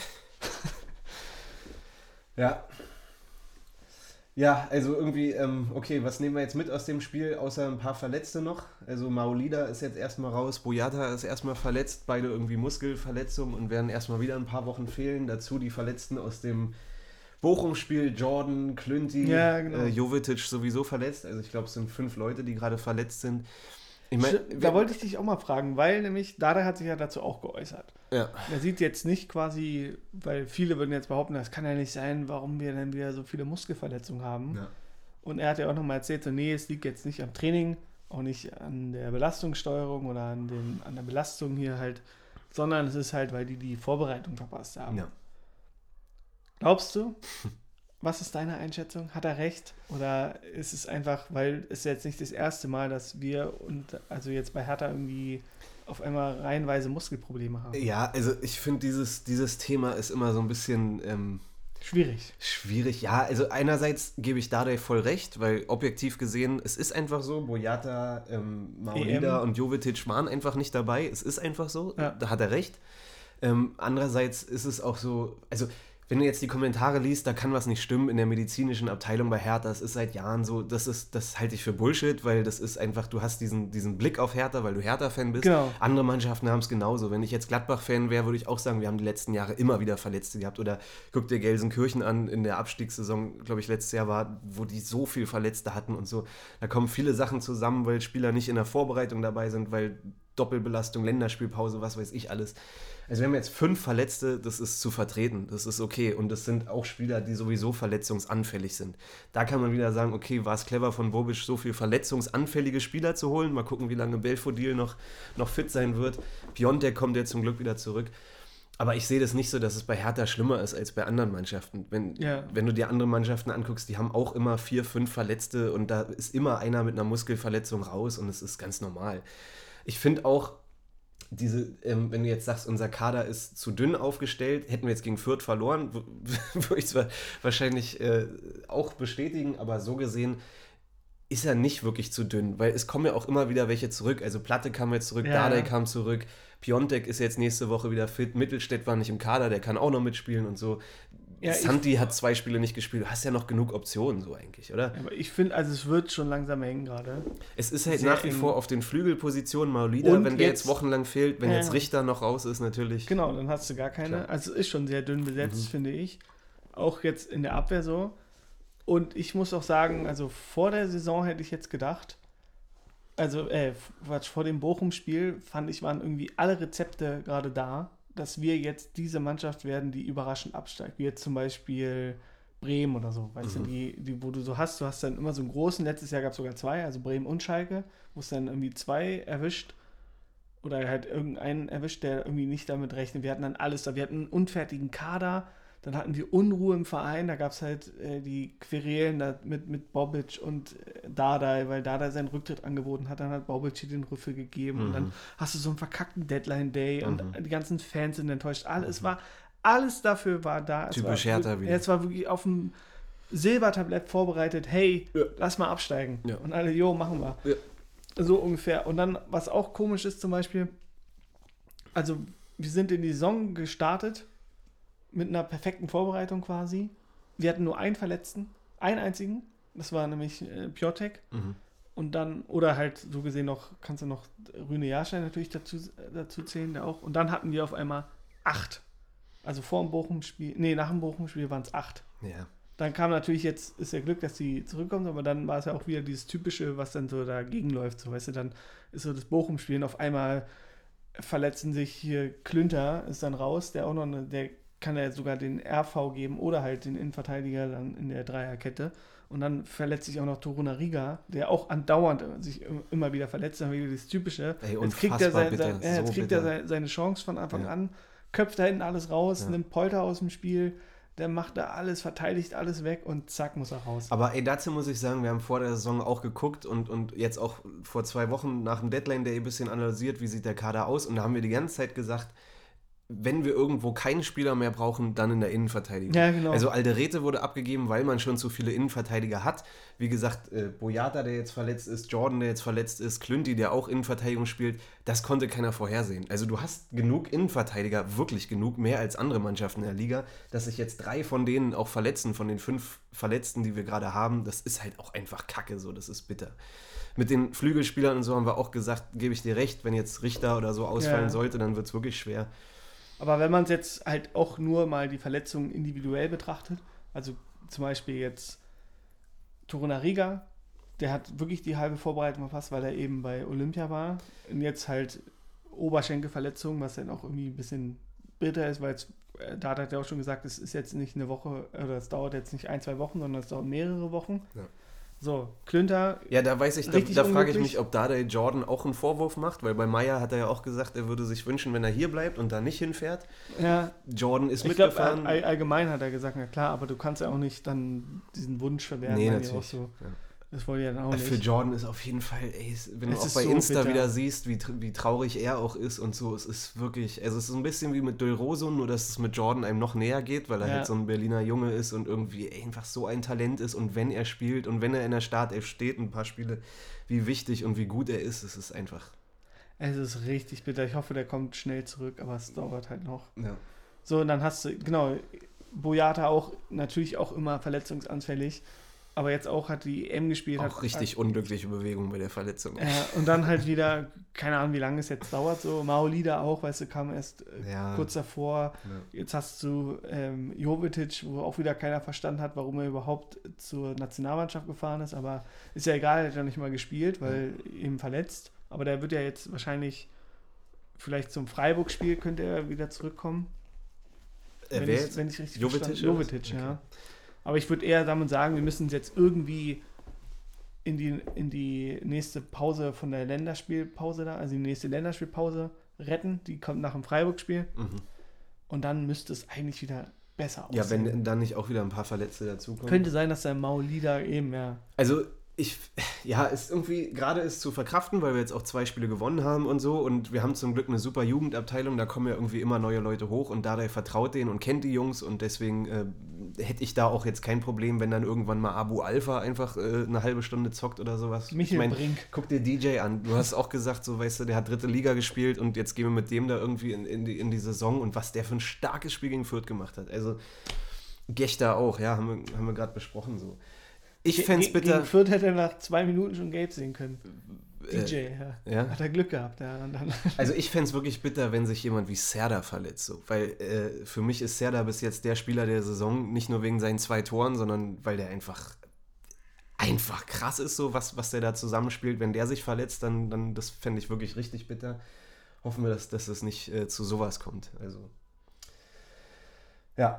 ja. Ja, also irgendwie, ähm, okay, was nehmen wir jetzt mit aus dem Spiel, außer ein paar Verletzte noch? Also Maolida ist jetzt erstmal raus, Boyata ist erstmal verletzt, beide irgendwie Muskelverletzungen und werden erstmal wieder ein paar Wochen fehlen. Dazu die Verletzten aus dem Bochum-Spiel, Jordan, Klünti, Ja, genau. äh, Jovetic sowieso verletzt. Also ich glaube, es sind fünf Leute, die gerade verletzt sind. Ich mein, Da wollte ich dich auch mal fragen, weil nämlich Dada hat sich ja dazu auch geäußert. ja. Er sieht jetzt nicht quasi, weil viele würden jetzt behaupten, das kann ja nicht sein, warum wir dann wieder so viele Muskelverletzungen haben. Ja. Und er hat ja auch nochmal erzählt, so nee, es liegt jetzt nicht am Training, auch nicht an der Belastungssteuerung oder an, dem, an der Belastung hier halt, sondern es ist halt, weil die die Vorbereitung verpasst haben. Ja. Glaubst du, was ist deine Einschätzung? Hat er recht? Oder ist es einfach, weil es jetzt nicht das erste Mal, dass wir und also jetzt bei Hertha irgendwie auf einmal reihenweise Muskelprobleme haben? Ja, also ich finde, dieses, dieses Thema ist immer so ein bisschen ähm, schwierig. Schwierig, ja. Also einerseits gebe ich Dardai voll recht, weil objektiv gesehen, es ist einfach so, Boyata, ähm, Maolida und Jovetic waren einfach nicht dabei. Es ist einfach so, ja. Da hat er recht. Ähm, andererseits ist es auch so, also wenn du jetzt die Kommentare liest, da kann was nicht stimmen in der medizinischen Abteilung bei Hertha. Das ist seit Jahren so, das ist, das halte ich für Bullshit, weil das ist einfach, du hast diesen, diesen Blick auf Hertha, weil du Hertha-Fan bist. Genau. Andere Mannschaften haben es genauso. Wenn ich jetzt Gladbach-Fan wäre, würde ich auch sagen, wir haben die letzten Jahre immer wieder Verletzte gehabt. Oder guck dir Gelsenkirchen an, in der Abstiegssaison, glaube ich, letztes Jahr war, wo die so viel Verletzte hatten und so. Da kommen viele Sachen zusammen, weil Spieler nicht in der Vorbereitung dabei sind, weil Doppelbelastung, Länderspielpause, was weiß ich alles. Also wir haben jetzt fünf Verletzte, das ist zu vertreten, das ist okay. Und das sind auch Spieler, die sowieso verletzungsanfällig sind. Da kann man wieder sagen, okay, war es clever von Bobic, so viel verletzungsanfällige Spieler zu holen. Mal gucken, wie lange Belfodil noch, noch fit sein wird. Piontek kommt ja zum Glück wieder zurück. Aber ich sehe das nicht so, dass es bei Hertha schlimmer ist als bei anderen Mannschaften. Wenn, ja. wenn du dir andere Mannschaften anguckst, die haben auch immer vier, fünf Verletzte und da ist immer einer mit einer Muskelverletzung raus und es ist ganz normal. Ich finde auch, diese, ähm, wenn du jetzt sagst, unser Kader ist zu dünn aufgestellt, hätten wir jetzt gegen Fürth verloren, würde ich zwar wahrscheinlich äh, auch bestätigen, aber so gesehen ist er nicht wirklich zu dünn, weil es kommen ja auch immer wieder welche zurück. Also Platte kam jetzt zurück, ja, Dardai ja. kam zurück, Piontek ist jetzt nächste Woche wieder fit, Mittelstädt war nicht im Kader, der kann auch noch mitspielen und so. Ja, Santi hat zwei Spiele nicht gespielt. Du hast ja noch genug Optionen, so eigentlich, oder? Aber ich finde, also es wird schon langsam hängen gerade. Es ist halt Sehr nach wie eng. vor auf den Flügelpositionen Maolida, und wenn der jetzt, jetzt wochenlang fehlt, wenn ja. jetzt Richter noch raus ist, natürlich. Genau, dann hast du gar keine. Klar. Also es ist schon sehr dünn besetzt, mhm. finde ich. Auch jetzt in der Abwehr so. Und ich muss auch sagen, also vor der Saison hätte ich jetzt gedacht, also äh, vor dem Bochum-Spiel fand ich, waren irgendwie alle Rezepte gerade da, dass wir jetzt diese Mannschaft werden, die überraschend absteigt, wie jetzt zum Beispiel Bremen oder so, weißt mhm. du, die, die, wo du so hast, du hast dann immer so einen großen, letztes Jahr gab es sogar zwei, also Bremen und Schalke, wo es dann irgendwie zwei erwischt oder halt irgendeinen erwischt, der irgendwie nicht damit rechnet. Wir hatten dann alles da, wir hatten einen unfertigen Kader, dann hatten wir Unruhe im Verein, da gab es halt äh, die Querelen da mit, mit Bobic und äh, Dardai, weil Dardai seinen Rücktritt angeboten hat, dann hat Bobic hier den Rüffel gegeben mhm. und dann hast du so einen verkackten Deadline-Day mhm. und die ganzen Fans sind enttäuscht. Alles mhm. war, alles dafür war da. Typisch Hertha wieder. Es war wirklich auf dem Silbertablett vorbereitet, hey, ja. lass mal absteigen. Ja. Und alle, jo, machen wir. Ja. So ungefähr. Und dann, was auch komisch ist zum Beispiel, also wir sind in die Saison gestartet, mit einer perfekten Vorbereitung quasi. Wir hatten nur einen Verletzten, einen einzigen. Das war nämlich äh, Piontek. Mhm. Und dann, oder halt so gesehen noch, kannst du noch Rüne Jahrstein natürlich dazu, dazu zählen, der auch. Und dann hatten wir auf einmal acht. Also vor dem Bochum-Spiel, nee, nach dem Bochum-Spiel waren es acht. Ja. Dann kam natürlich jetzt, ist ja Glück, dass die zurückkommen, aber dann war es ja auch wieder dieses Typische, was dann so dagegen läuft. So, weißt du, dann ist so das Bochum-Spiel auf einmal verletzen sich hier Klünter, ist dann raus, der auch noch eine, der kann er sogar den R V geben oder halt den Innenverteidiger dann in der Dreierkette. Und dann verletzt sich auch noch Torunariga, der auch andauernd sich immer wieder verletzt. Dann wieder das Typische. Ey, jetzt kriegt er, sein, bitter, sein, äh, jetzt so kriegt er seine Chance von Anfang ja. an, köpft da hinten alles raus, ja. nimmt Polter aus dem Spiel, der macht da alles, verteidigt alles weg und zack, muss er raus. Aber ey, dazu muss ich sagen, wir haben vor der Saison auch geguckt und, und jetzt auch vor zwei Wochen nach dem Deadline Day ein bisschen analysiert, wie sieht der Kader aus. Und da haben wir die ganze Zeit gesagt, wenn wir irgendwo keinen Spieler mehr brauchen, dann in der Innenverteidigung. Ja, genau. Also Alderete wurde abgegeben, weil man schon zu viele Innenverteidiger hat. Wie gesagt, äh, Boyata, der jetzt verletzt ist, Jordan, der jetzt verletzt ist, Klünti, der auch Innenverteidigung spielt, das konnte keiner vorhersehen. Also du hast genug Innenverteidiger, wirklich genug, mehr als andere Mannschaften in der Liga, dass sich jetzt drei von denen auch verletzen, von den fünf Verletzten, die wir gerade haben, das ist halt auch einfach Kacke, so, das ist bitter. Mit den Flügelspielern und so haben wir auch gesagt, gebe ich dir recht, wenn jetzt Richter oder so ausfallen ja. sollte, dann wird es wirklich schwer. Aber wenn man es jetzt halt auch nur mal die Verletzungen individuell betrachtet, also zum Beispiel jetzt Torunariga, der hat wirklich die halbe Vorbereitung verpasst, weil er eben bei Olympia war. Und jetzt halt Oberschenkelverletzung, was dann auch irgendwie ein bisschen bitter ist, weil es, da hat er auch schon gesagt, es ist jetzt nicht eine Woche, oder es dauert jetzt nicht ein, zwei Wochen, sondern es dauert mehrere Wochen. Ja. So, Klünter. Ja, da weiß ich, da, richtig da frage ich unglücklich. mich, ob da der Jordan auch einen Vorwurf macht, weil bei Meyer hat er ja auch gesagt, er würde sich wünschen, wenn er hier bleibt und da nicht hinfährt. Ja, Jordan ist ich glaube, mitgefahren. all, allgemein hat er gesagt, na klar, aber du kannst ja auch nicht dann diesen Wunsch verwehren. Nee, weil die natürlich. Auch so, Ja. Das wollte ja dann auch nicht. Für Jordan ist auf jeden Fall, ey, wenn Es du auch ist bei so Insta bitter. wieder siehst, wie, tr- wie traurig er auch ist und so, es ist wirklich, also es ist ein bisschen wie mit Del Rosso, nur dass es mit Jordan einem noch näher geht, weil er Ja. halt so ein Berliner Junge ist und irgendwie einfach so ein Talent ist und wenn er spielt und wenn er in der Startelf steht, ein paar Spiele, wie wichtig und wie gut er ist, es ist einfach. Es ist richtig bitter. Ich hoffe, der kommt schnell zurück, aber es dauert halt noch. Ja. So, und dann hast du, genau, Boyata auch, natürlich auch immer verletzungsanfällig, aber jetzt auch hat die E M gespielt. Auch hat, richtig unglückliche Bewegung bei der Verletzung. Äh, und dann halt wieder, keine Ahnung, wie lange es jetzt dauert, so Maolida auch, weißt du, kam erst äh, Ja. kurz davor. Ja. Jetzt hast du ähm, Jovetic, wo auch wieder keiner verstanden hat, warum er überhaupt zur Nationalmannschaft gefahren ist, aber ist ja egal, er hat ja nicht mal gespielt, weil eben verletzt. Aber der wird ja jetzt wahrscheinlich vielleicht zum Freiburg-Spiel könnte er wieder zurückkommen. Äh, wenn, wer ich, jetzt? wenn ich richtig Jovetic verstanden oder was? Jovetic, Okay. ja. Aber ich würde eher damit sagen, wir müssen es jetzt irgendwie in die, in die nächste Pause von der Länderspielpause da, also die nächste Länderspielpause retten. Die kommt nach dem Freiburg-Spiel. Mhm. Und dann müsste es eigentlich wieder besser aussehen. Ja, wenn dann nicht auch wieder ein paar Verletzte dazukommen. Könnte sein, dass der Maolida eben, ja. Also ich, ja, ist irgendwie, gerade ist zu verkraften, weil wir jetzt auch zwei Spiele gewonnen haben und so und wir haben zum Glück eine super Jugendabteilung, da kommen ja irgendwie immer neue Leute hoch und Dardai vertraut denen und kennt die Jungs und deswegen äh, hätte ich da auch jetzt kein Problem, wenn dann irgendwann mal Abu Alpha einfach äh, eine halbe Stunde zockt oder sowas. Michael ich mein, Brink. guck dir D J an, du hast auch gesagt, so weißt du, der hat dritte Liga gespielt und jetzt gehen wir mit dem da irgendwie in, in, die, in die Saison und was der für ein starkes Spiel gegen Fürth gemacht hat. Also Gechter auch, ja, haben wir, haben wir gerade besprochen so. Ich fände es Ge- bitter. Gegen Fürth hätte er nach zwei Minuten schon gelb sehen können. Äh, D J, ja. ja? Hat er Glück gehabt, ja. Und dann Also ich fände es wirklich bitter, wenn sich jemand wie Serdar verletzt. So. Weil äh, für mich ist Serdar bis jetzt der Spieler der Saison, nicht nur wegen seinen zwei Toren, sondern weil der einfach einfach krass ist, so was, was der da zusammenspielt. Wenn der sich verletzt, dann, dann das fände ich wirklich richtig bitter. Hoffen wir, dass, dass es nicht äh, zu sowas kommt. Also ja.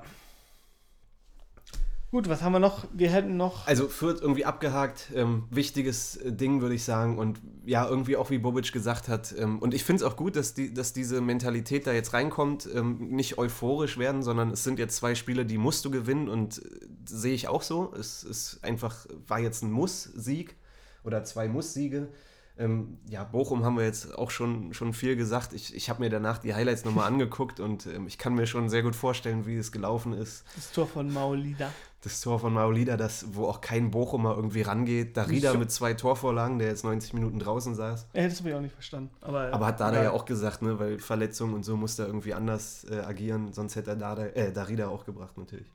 Gut, was haben wir noch? Wir hätten noch. Also Fürth irgendwie abgehakt, ähm, wichtiges äh, Ding, würde ich sagen. Und ja, irgendwie auch wie Bobic gesagt hat. Ähm, und ich finde es auch gut, dass, die, dass diese Mentalität da jetzt reinkommt. Ähm, nicht euphorisch werden, sondern es sind jetzt zwei Spiele, die musst du gewinnen. Und äh, sehe ich auch so. Es ist einfach, war jetzt ein Muss-Sieg oder zwei Muss-Siege. Ähm, ja, Bochum haben wir jetzt auch schon, schon viel gesagt. Ich, ich habe mir danach die Highlights nochmal angeguckt und ähm, ich kann mir schon sehr gut vorstellen, wie es gelaufen ist. Das Tor von Maolida. Das Tor von Maolida, das, wo auch kein Bochumer irgendwie rangeht. Darida So. mit zwei Torvorlagen, der jetzt neunzig Minuten draußen saß. Äh, das habe ich auch nicht verstanden. Aber, Aber hat Dada ja auch gesagt, ne, weil Verletzung und so musste er irgendwie anders äh, agieren. Sonst hätte er Dada, äh, Darida auch gebracht, natürlich.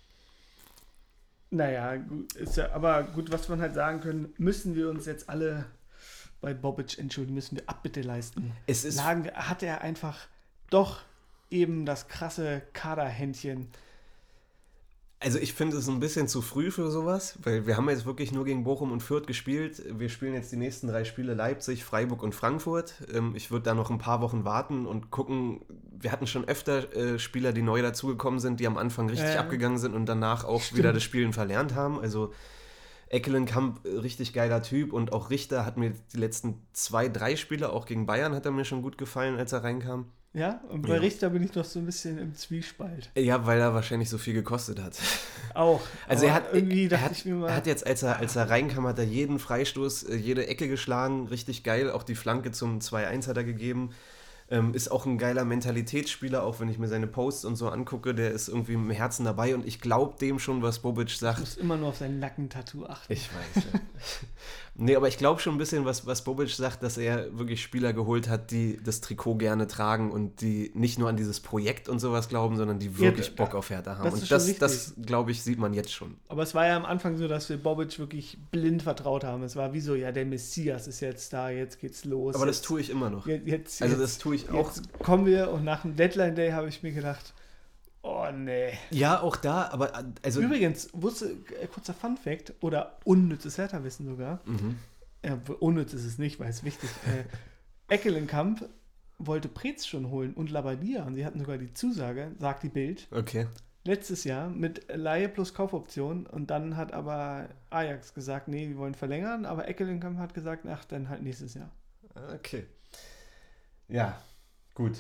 Naja, gut, ist ja, aber gut, was wir halt sagen können, müssen wir uns jetzt alle bei Bobic entschuldigen, müssen wir Abbitte leisten. Es ist Lagen wir, hat er einfach doch eben das krasse Kaderhändchen. Also ich finde es ein bisschen zu früh für sowas, weil wir haben jetzt wirklich nur gegen Bochum und Fürth gespielt. Wir spielen jetzt die nächsten drei Spiele Leipzig, Freiburg und Frankfurt. Ähm, ich würde da noch ein paar Wochen warten und gucken. Wir hatten schon öfter äh, Spieler, die neu dazugekommen sind, die am Anfang richtig Äh, abgegangen sind und danach auch stimmt. wieder das Spielen verlernt haben. Also Eckelenkamp, äh, richtig geiler Typ und auch Richter hat mir die letzten zwei, drei Spiele, auch gegen Bayern hat er mir schon gut gefallen, als er reinkam. Ja, und bei Ja. Richter bin ich noch so ein bisschen im Zwiespalt. Ja, weil er wahrscheinlich so viel gekostet hat. Auch. Also er Aber hat, irgendwie er, dachte hat, ich mir mal. er hat jetzt, als er, als er reinkam, hat er jeden Freistoß, äh, jede Ecke geschlagen, richtig geil. Auch die Flanke zum zwei eins hat er gegeben. Ähm, ist auch ein geiler Mentalitätsspieler, auch wenn ich mir seine Posts und so angucke, der ist irgendwie im Herzen dabei und ich glaube dem schon, was Bobic Ich sagt. muss immer nur auf sein Nackentattoo achten. Ich weiß, ja. Nee, aber ich glaube schon ein bisschen, was, was Bobic sagt, dass er wirklich Spieler geholt hat, die das Trikot gerne tragen und die nicht nur an dieses Projekt und sowas glauben, sondern die wirklich Ja, Bock auf Hertha haben. das Und ist schon das, das richtig. glaube ich, sieht man jetzt schon. Aber es war ja am Anfang so, dass wir Bobic wirklich blind vertraut haben. Es war wie so, ja, der Messias ist jetzt da, jetzt geht's los. Aber das jetzt, tue ich immer noch. Jetzt, jetzt, Also jetzt, das tue ich auch. Jetzt kommen wir und nach dem Deadline Day habe ich mir gedacht, oh nee. Ja, auch da, aber äh, also. Übrigens, wusste, äh, kurzer Fun-Fact oder unnützes Hertha-Wissen sogar, Mhm. ja, unnütz ist es nicht, weil es wichtig äh, Eckelenkamp wollte Preetz schon holen und Labbadia und sie hatten sogar die Zusage, sagt die Bild, Okay. letztes Jahr mit Leihe plus Kaufoption und dann hat aber Ajax gesagt, nee, wir wollen verlängern, aber Eckelenkamp hat gesagt, ach, dann halt nächstes Jahr. Okay. Ja, gut.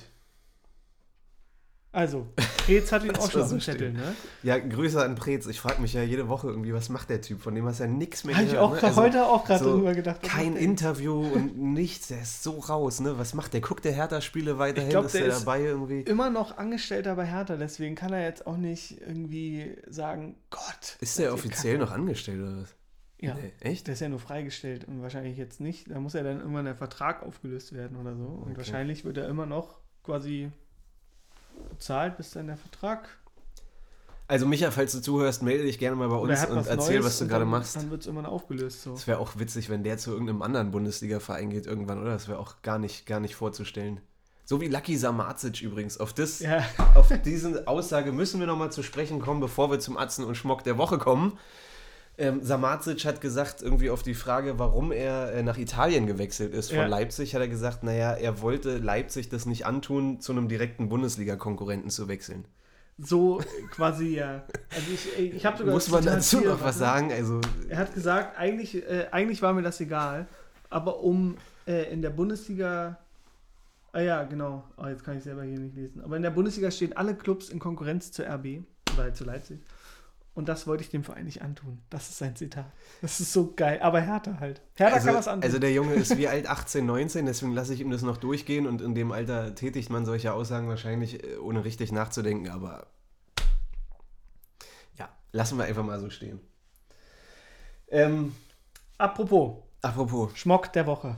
Also, Preetz hat ihn Das auch schon war auf so dem Zettel, still. ne? Ja, Grüße an Preetz. Ich frage mich ja jede Woche irgendwie, was macht der Typ? Von dem hast du ja nichts mehr Habe ich gehört. auch ne? grad- heute auch gerade so drüber gedacht. was Kein macht der? Interview und nichts. Der ist so raus, ne? Was macht der? Guckt der Hertha-Spiele weiterhin? Ich glaub, ist der der ist dabei irgendwie? Immer noch Angestellter bei Hertha, deswegen kann er jetzt auch nicht irgendwie sagen, Gott. Ist der seid ihr offiziell Kacke. noch angestellt oder was? Ja, Nee, echt? der ist ja nur freigestellt und wahrscheinlich jetzt nicht. Da muss ja dann irgendwann der Vertrag aufgelöst werden oder so. Und Okay. wahrscheinlich wird er immer noch quasi bezahlt, bis dann der Vertrag. Also Micha, falls du zuhörst, melde dich gerne mal bei Oder uns er hat und was erzähl, Neues was du und gerade dann, machst. Dann wird es irgendwann aufgelöst. So. Das wäre auch witzig, wenn der zu irgendeinem anderen Bundesliga-Verein geht irgendwann, oder? Das wäre auch gar nicht, gar nicht vorzustellen. So wie Lucky Samardzic übrigens. Auf, das, Ja, auf diese Aussage müssen wir nochmal zu sprechen kommen, bevor wir zum Atzen und Schmock der Woche kommen. Ähm, Samardzic hat gesagt, irgendwie auf die Frage, warum er äh, nach Italien gewechselt ist von Ja. Leipzig, hat er gesagt, naja, er wollte Leipzig das nicht antun, zu einem direkten Bundesliga-Konkurrenten zu wechseln. so quasi, ja. Also ich, ich habe sogar. Muss man das Zitat dazu hier, noch was warte. sagen? Also, Er hat gesagt, eigentlich, äh, eigentlich war mir das egal, aber um äh, in der Bundesliga, ah ja, genau, oh, jetzt kann ich selber hier nicht lesen, aber in der Bundesliga stehen alle Clubs in Konkurrenz zur R B, oder halt zu Leipzig. Und das wollte ich dem Verein nicht antun. Das ist sein Zitat. Das ist so geil. Aber Hertha halt. Hertha also, kann was antun. also der Junge ist wie alt, achtzehn, neunzehn, deswegen lasse ich ihm das noch durchgehen und in dem Alter tätigt man solche Aussagen wahrscheinlich, äh, ohne richtig nachzudenken, aber ja, lassen wir einfach mal so stehen. Ähm, Apropos, apropos, Schmock der Woche.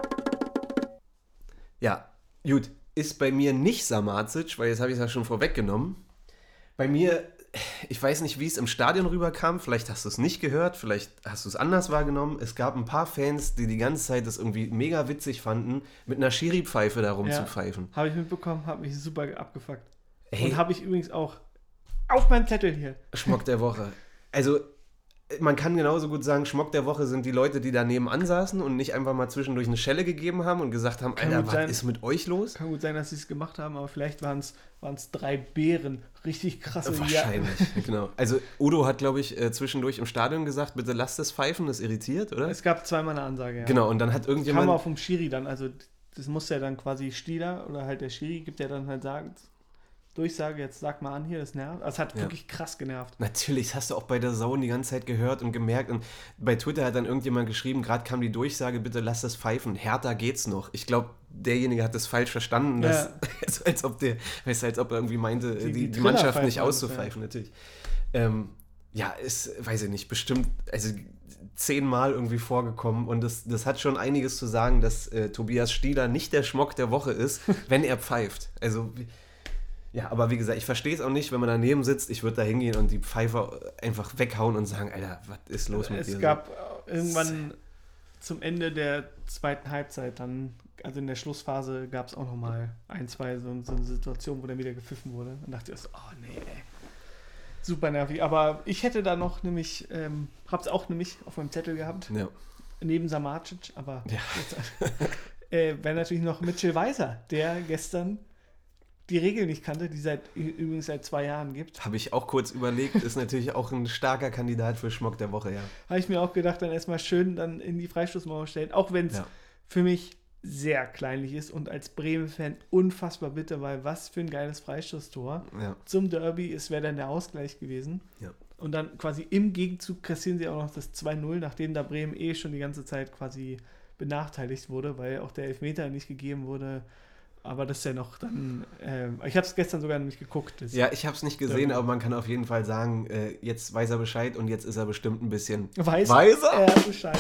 ja, gut, ist bei mir nicht Samardzic, weil jetzt habe ich es ja schon vorweggenommen. Bei mir, ich weiß nicht, wie es im Stadion rüberkam, vielleicht hast du es nicht gehört, vielleicht hast du es anders wahrgenommen. Es gab ein paar Fans, die die ganze Zeit das irgendwie mega witzig fanden, mit einer Schiri-Pfeife da rumzupfeifen. Habe ich mitbekommen, habe mich super abgefuckt. Hey. Und habe ich übrigens auch auf meinem Zettel hier. Schmock der Woche. Also, man kann genauso gut sagen, Schmock der Woche sind die Leute, die da nebenan saßen und nicht einfach mal zwischendurch eine Schelle gegeben haben und gesagt haben, Kann Alter, gut was sein. ist mit euch los? Kann gut sein, dass sie es gemacht haben, aber vielleicht waren es drei Bären. Richtig krasse Wahrscheinlich, genau. Also Udo hat, glaube ich, äh, zwischendurch im Stadion gesagt, bitte lasst es pfeifen, das irritiert, oder? Es gab zweimal eine Ansage, ja. Genau, und dann hat Kam irgendjemand... auch vom Schiri dann, also das muss ja dann quasi Stieler oder halt der Schiri gibt ja dann halt sagen, Durchsage, jetzt sag mal an hier, das nervt. Das hat Ja. wirklich krass genervt. Natürlich, das hast du auch bei der Zone die ganze Zeit gehört und gemerkt. Und bei Twitter hat dann irgendjemand geschrieben, gerade kam die Durchsage, bitte lass das pfeifen. Härter geht's noch. Ich glaube, derjenige hat das falsch verstanden, dass, Ja. als, als ob der, weißt du, als ob er irgendwie meinte, Die- die, die die, Mannschaft Trillerpfeifen nicht waren das, auszupfeifen, natürlich. Ähm, ja, ist, weiß ich nicht, bestimmt, also zehnmal irgendwie vorgekommen und das, das hat schon einiges zu sagen, dass äh, Tobias Stieler nicht der Schmock der Woche ist, wenn er pfeift. Also, wie- ja, aber wie gesagt, ich verstehe es auch nicht, wenn man daneben sitzt, ich würde da hingehen und die Pfeife einfach weghauen und sagen, Alter, was ist los mit dir? Es gab irgendwann zum Ende der zweiten Halbzeit dann, also in der Schlussphase, gab es auch nochmal ein, zwei so, so eine Situation, wo dann wieder gepfiffen wurde. Dann dachte ich so, oh nee, ey. Super nervig. Aber ich hätte da noch nämlich, ähm, hab's auch nämlich auf meinem Zettel gehabt, Ja. neben Samardzic, aber Ja. jetzt, äh, wäre natürlich noch Mitchell Weiser, der gestern die Regel nicht kannte, die seit übrigens seit zwei Jahren gibt. Habe ich auch kurz überlegt, ist natürlich auch ein starker Kandidat für Schmock der Woche, ja. Habe ich mir auch gedacht, dann erstmal schön dann in die Freistoßmauer stellen, auch wenn es Ja. für mich sehr kleinlich ist und als Bremen-Fan unfassbar bitter, weil was für ein geiles Freistoßtor Ja. zum Derby, es wäre dann der Ausgleich gewesen. Ja. Und dann quasi im Gegenzug kassieren sie auch noch das zwei null, nachdem da Bremen eh schon die ganze Zeit quasi benachteiligt wurde, weil auch der Elfmeter nicht gegeben wurde. Aber das ist ja noch dann, ähm, ich habe es gestern sogar nämlich geguckt. Das Ja, ich habe es nicht gesehen, Ja. aber man kann auf jeden Fall sagen, äh, jetzt weiß er Bescheid und jetzt ist er bestimmt ein bisschen Weiser? weiser. Ja, Bescheid.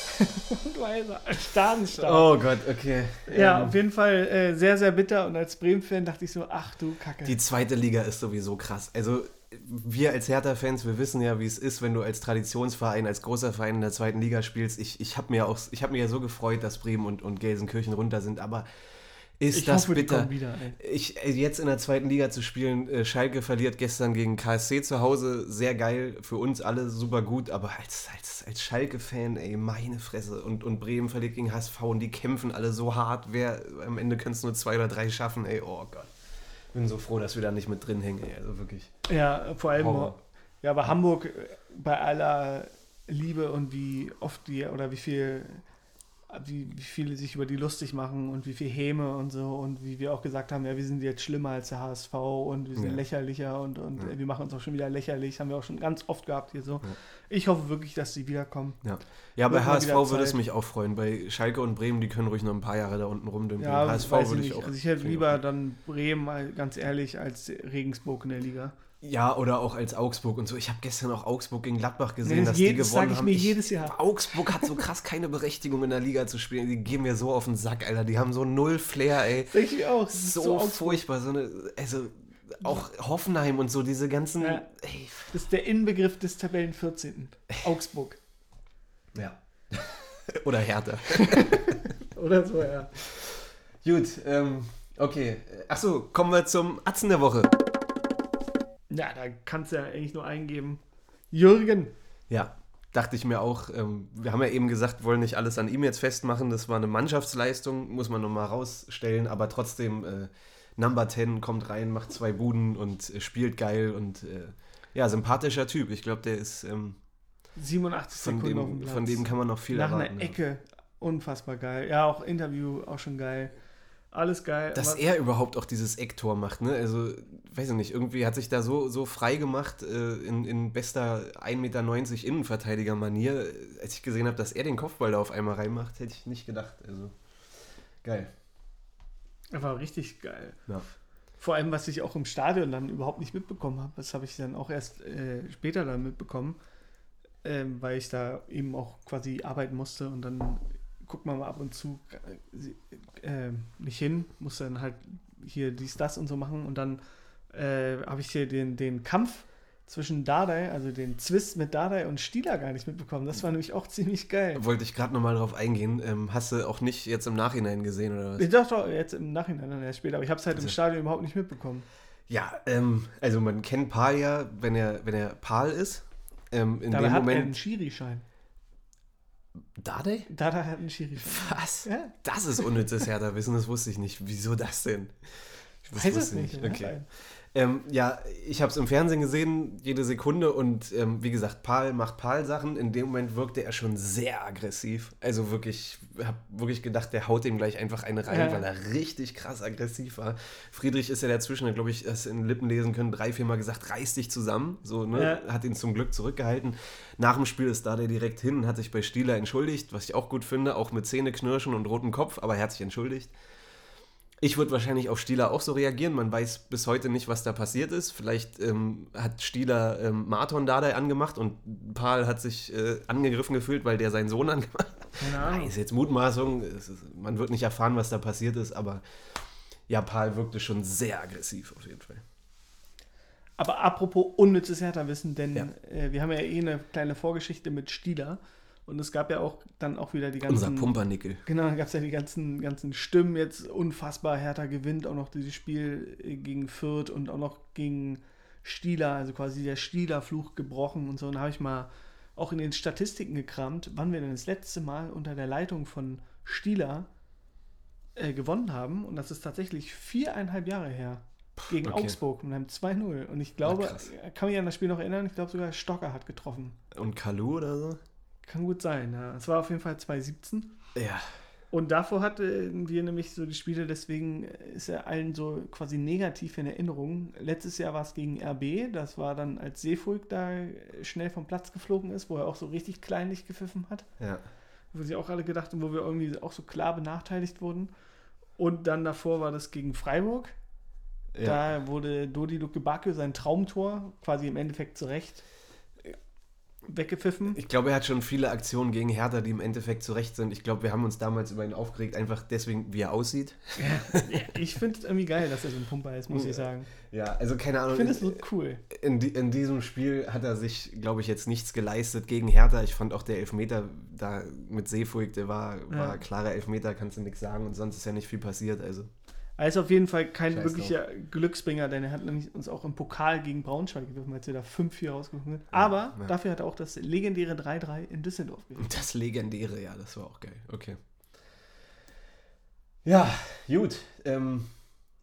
Und Weiser. Starnstark. Oh Gott, okay. Ja, Ähm, auf jeden Fall äh, sehr, sehr bitter. Und als Bremen-Fan dachte ich so, ach du Kacke. Die zweite Liga ist sowieso krass. Also wir als Hertha-Fans, wir wissen ja, wie es ist, wenn du als Traditionsverein, als großer Verein in der zweiten Liga spielst. Ich, ich habe mir auch, ich habe mir ja so gefreut, dass Bremen und, und Gelsenkirchen runter sind, aber ist ich das hoffe, die bitter. kommen wieder, ey. Ich, äh, jetzt in der zweiten Liga zu spielen, äh, Schalke verliert gestern gegen K S C zu Hause, sehr geil, für uns alle super gut, aber als, als, als Schalke-Fan, ey, meine Fresse, und, und Bremen verliert gegen H S V und die kämpfen alle so hart, wer am Ende können es nur zwei oder drei schaffen, ey, oh Gott. bin so froh, dass wir da nicht mit drin hängen, ey. Also wirklich. Ja, vor allem, Horror. ja, aber Hamburg äh, bei aller Liebe und wie oft die oder wie viel, wie, wie viele sich über die lustig machen und wie viel Häme und so und wie wir auch gesagt haben, ja, wir sind jetzt schlimmer als der H S V und wir sind Ja. lächerlicher und, und Ja. wir machen uns auch schon wieder lächerlich, haben wir auch schon ganz oft gehabt hier so. Ja. Ich hoffe wirklich, dass die wiederkommen. Ja, ja bei Wird mal H S V wieder würde es Zeit. mich auch freuen. Bei Schalke und Bremen, die können ruhig noch ein paar Jahre da unten rumdümpeln. Ja, H S V weiß ich würde nicht. ich auch. Also ich hätte finde ich lieber auch gut. dann Bremen, mal ganz ehrlich, als Regensburg in der Liga. Ja, oder auch als Augsburg und so. Ich habe gestern auch Augsburg gegen Gladbach gesehen, Nee, dass jedes die gewonnen sag ich haben. mir jedes Jahr. Augsburg hat so krass keine Berechtigung in der Liga zu spielen. Die gehen mir so auf den Sack, Alter. Die haben so null Flair, ey. Sag ich mir auch. Das ist So, so Augsburg. furchtbar. So eine, also auch Hoffenheim und so, diese ganzen. Ja. Ey. Das ist der Inbegriff des Tabellen vierzehnten Augsburg. Ja. Oder Hertha. Oder so, ja. Gut, ähm, okay. Achso, kommen wir zum Atzen der Woche. Ja, da kannst du ja eigentlich nur eingeben. Jürgen. Ja, dachte ich mir auch. Ähm, wir haben ja eben gesagt, wollen nicht alles an ihm jetzt festmachen. Das war eine Mannschaftsleistung, muss man nochmal rausstellen. Aber trotzdem, äh, Number zehn kommt rein, macht zwei Buden und äh, spielt geil. Und äh, ja, sympathischer Typ. Ich glaube, der ist ähm, siebenundachtzig von, Sekunden auf dem dem, Platz. von dem kann man noch viel Nach erwarten. einer Ecke. Unfassbar geil. Ja, auch Interview, auch schon geil. Alles geil. Dass aber- er überhaupt auch dieses Ecktor macht, ne? Also, weiß ich nicht, irgendwie hat sich da so, so frei gemacht äh, in, in bester ein Meter neunzig Innenverteidiger-Manier. Als ich gesehen habe, dass er den Kopfball da auf einmal reinmacht, hätte ich nicht gedacht. Also, geil. Er war richtig geil. Ja. Vor allem, was ich auch im Stadion dann überhaupt nicht mitbekommen habe, das habe ich dann auch erst äh, später dann mitbekommen, ähm, weil ich da eben auch quasi arbeiten musste und dann guckt man mal ab und zu äh, äh, nicht hin, musste dann halt hier dies, das und so machen und dann äh, habe ich hier den, den Kampf zwischen Dardai, also den Zwist mit Dardai und Stieler gar nicht mitbekommen. Das war nämlich auch ziemlich geil. Wollte ich gerade nochmal drauf eingehen. Ähm, hast du auch nicht jetzt im Nachhinein gesehen, oder was? Ich dachte doch, jetzt im Nachhinein dann erst später, aber ich habe es halt im Also- Stadion überhaupt nicht mitbekommen. Ja, ähm, also man kennt Paul ja, wenn er, wenn er Paul ist. Ähm, in Dabei dem hat er einen Moment. Schiri-Schein. Dardai? Dardai hat einen Schiri-Schein. Was? Ja. Das ist unnützes Hertha-Wissen, das wusste ich nicht. Wieso das denn? Ich Das weiß es wusste ich nicht. nicht. Okay. Okay. Ähm, ja, ich habe es im Fernsehen gesehen, jede Sekunde und ähm, wie gesagt, Paul macht Paul-Sachen. In dem Moment wirkte er schon sehr aggressiv. Also wirklich, ich habe wirklich gedacht, der haut dem gleich einfach eine rein, Ja. weil er richtig krass aggressiv war. Friedrich ist ja dazwischen, glaube ich, das in den Lippen lesen können, drei, vier Mal gesagt, reiß dich zusammen. So, ne? Ja. Hat ihn zum Glück zurückgehalten. Nach dem Spiel ist da der direkt hin und hat sich bei Stieler entschuldigt, was ich auch gut finde, auch mit Zähneknirschen und rotem Kopf, aber er hat sich entschuldigt. Ich würde wahrscheinlich auf Stieler auch so reagieren. Man weiß bis heute nicht, was da passiert ist. Vielleicht ähm, hat Stieler ähm, Marton Dardai angemacht und Paul hat sich äh, angegriffen gefühlt, weil der seinen Sohn angemacht hat. Keine Ahnung. Nein, ist jetzt Mutmaßung. Es ist, man wird nicht erfahren, was da passiert ist, aber ja, Paul wirkte schon sehr aggressiv auf jeden Fall. Aber apropos unnützes Hertha-Wissen, denn Ja. äh, wir haben ja eh eine kleine Vorgeschichte mit Stieler und es gab ja auch dann auch wieder die Unser ganzen... Pumpernickel. Genau, da gab es ja die ganzen, ganzen Stimmen jetzt unfassbar. Hertha gewinnt auch noch dieses Spiel äh, gegen Fürth und auch noch gegen Stieler, also quasi der Stieler-Fluch gebrochen und so. Und da habe ich mal auch in den Statistiken gekramt, wann wir denn das letzte Mal unter der Leitung von Stieler äh, gewonnen haben. Und das ist tatsächlich viereinhalb Jahre her. Gegen okay. Augsburg und haben zwei null. Und ich glaube, krass. kann mich an das Spiel noch erinnern, ich glaube sogar Stocker hat getroffen. Und Kalu oder so? Kann gut sein, ja. Es war auf jeden Fall zwanzig siebzehn. Ja. Und davor hatten wir nämlich so die Spiele, deswegen ist er allen so quasi negativ in Erinnerung. Letztes Jahr war es gegen R B, das war dann, als Seefuig da schnell vom Platz geflogen ist, wo er auch so richtig kleinlich gepfiffen hat. Ja. Wo sie auch alle gedacht haben, wo wir irgendwie auch so klar benachteiligt wurden. Und dann davor war das gegen Freiburg. Ja. Da wurde Dodi Lukebakio sein Traumtor quasi im Endeffekt zurecht weggepfiffen. Ich glaube, er hat schon viele Aktionen gegen Hertha, die im Endeffekt zu Recht sind. Ich glaube, wir haben uns damals über ihn aufgeregt, einfach deswegen, wie er aussieht. Ich finde es irgendwie geil, dass er so ein Pumper ist, muss ich sagen. Ja, also keine Ahnung. Ich finde es so cool. In, die, in diesem Spiel hat er sich, glaube ich, jetzt nichts geleistet gegen Hertha. Ich fand auch der Elfmeter da mit Seefuig, der war, war Ja. klarer Elfmeter, kannst du nichts sagen und sonst ist ja nicht viel passiert. Also Er ist auf jeden Fall kein Scheiß wirklicher Glücksbringer, denn er hat nämlich uns auch im Pokal gegen Braunschweig geworfen, als wir da fünf vier rausgekommen sind. Aber ja. dafür hat er auch das legendäre drei drei in Düsseldorf gewonnen. das Legendäre, ja, das war auch geil. Okay. Ja, gut. Ähm,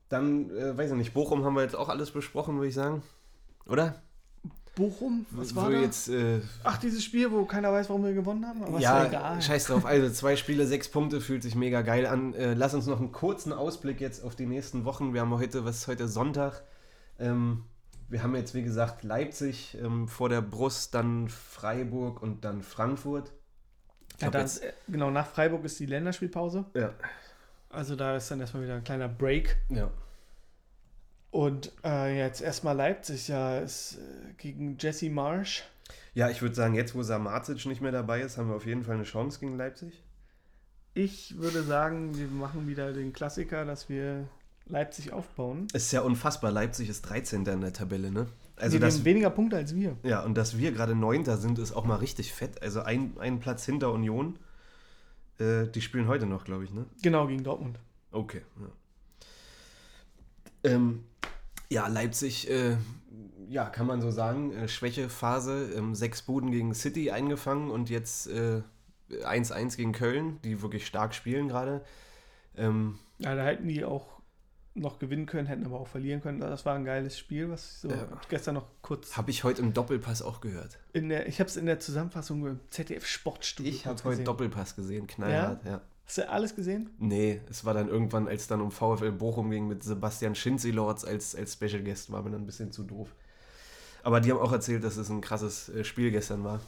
Dann, äh, weiß ich nicht, Bochum haben wir jetzt auch alles besprochen, würde ich sagen. Oder? Bochum? Was war Wo da? Jetzt, äh, Ach, dieses Spiel, wo keiner weiß, warum wir gewonnen haben? Aber ja, ist ja egal. scheiß drauf. Also zwei Spiele, sechs Punkte, fühlt sich mega geil an. Äh, lass uns noch einen kurzen Ausblick jetzt auf die nächsten Wochen. Wir haben heute, was ist heute, Sonntag. Ähm, wir haben jetzt, wie gesagt, Leipzig ähm, vor der Brust, dann Freiburg und dann Frankfurt. Ich Ja, glaub, dann, jetzt, äh, genau, nach Freiburg ist die Länderspielpause. ja, Also da ist dann erstmal wieder ein kleiner Break. ja. Und äh, jetzt erstmal Leipzig, ja, ist äh, gegen Jesse Marsch. Ja, ich würde sagen, jetzt wo Samacic nicht mehr dabei ist, haben wir auf jeden Fall eine Chance gegen Leipzig. Ich würde sagen, wir machen wieder den Klassiker, dass wir Leipzig aufbauen. Es ist ja unfassbar, Leipzig ist dreizehnter in der Tabelle, ne? Also die das, haben weniger Punkte als wir. ja, und dass wir gerade neunter sind, ist auch mal richtig fett. Also ein, ein Platz hinter Union. Äh, die spielen heute noch, glaube ich, ne? Genau, gegen Dortmund. Okay, ja. Ähm, ja, Leipzig, äh, ja, kann man so sagen, äh, Schwächephase, ähm, sechs Buden gegen City eingefangen und jetzt äh, eins eins gegen Köln, die wirklich stark spielen gerade. Ähm, Ja, da hätten die auch noch gewinnen können, hätten aber auch verlieren können. Das war ein geiles Spiel, was ich so Ja. gestern noch kurz habe ich heute im Doppelpass auch gehört. in der, ich habe es in der Zusammenfassung im Z D F Sportstudio Ich habe kurz heute gesehen. Doppelpass gesehen, knallhart, ja. Hast du alles gesehen? Nee, es war dann irgendwann, als dann um VfL Bochum ging mit Sebastian Schinzi-Lords als, als Special Guest, war mir dann ein bisschen zu doof. Aber die haben auch erzählt, dass es ein krasses äh, Spiel gestern war.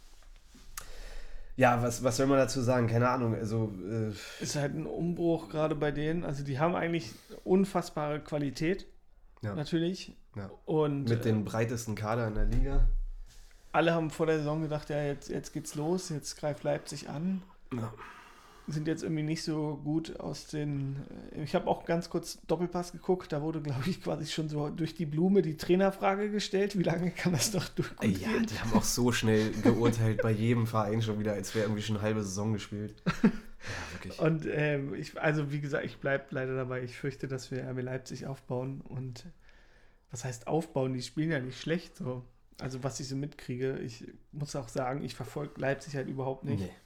Ja, was, was soll man dazu sagen? Keine Ahnung, also... Äh, Ist halt ein Umbruch gerade bei denen. Also die haben eigentlich unfassbare Qualität, ja, natürlich. ja. Und Mit äh, dem breitesten Kader in der Liga. alle haben vor der Saison gedacht, ja, jetzt, jetzt geht's los, jetzt greift Leipzig an. Ja. Sind jetzt irgendwie nicht so gut aus den... äh, Ich habe auch ganz kurz Doppelpass geguckt, da wurde, glaube ich, quasi schon so durch die Blume die Trainerfrage gestellt, wie lange kann das doch durch gut Ja, gehen? die haben auch so schnell geurteilt bei jedem Verein schon wieder, als wäre irgendwie schon eine halbe Saison gespielt. Ja, wirklich. Und ähm, ich, also wie gesagt, ich bleibe leider dabei, ich fürchte, dass wir R B Leipzig aufbauen und was heißt aufbauen, die spielen ja nicht schlecht, so. Also was ich so mitkriege, ich muss auch sagen, ich verfolge Leipzig halt überhaupt nicht. Nee.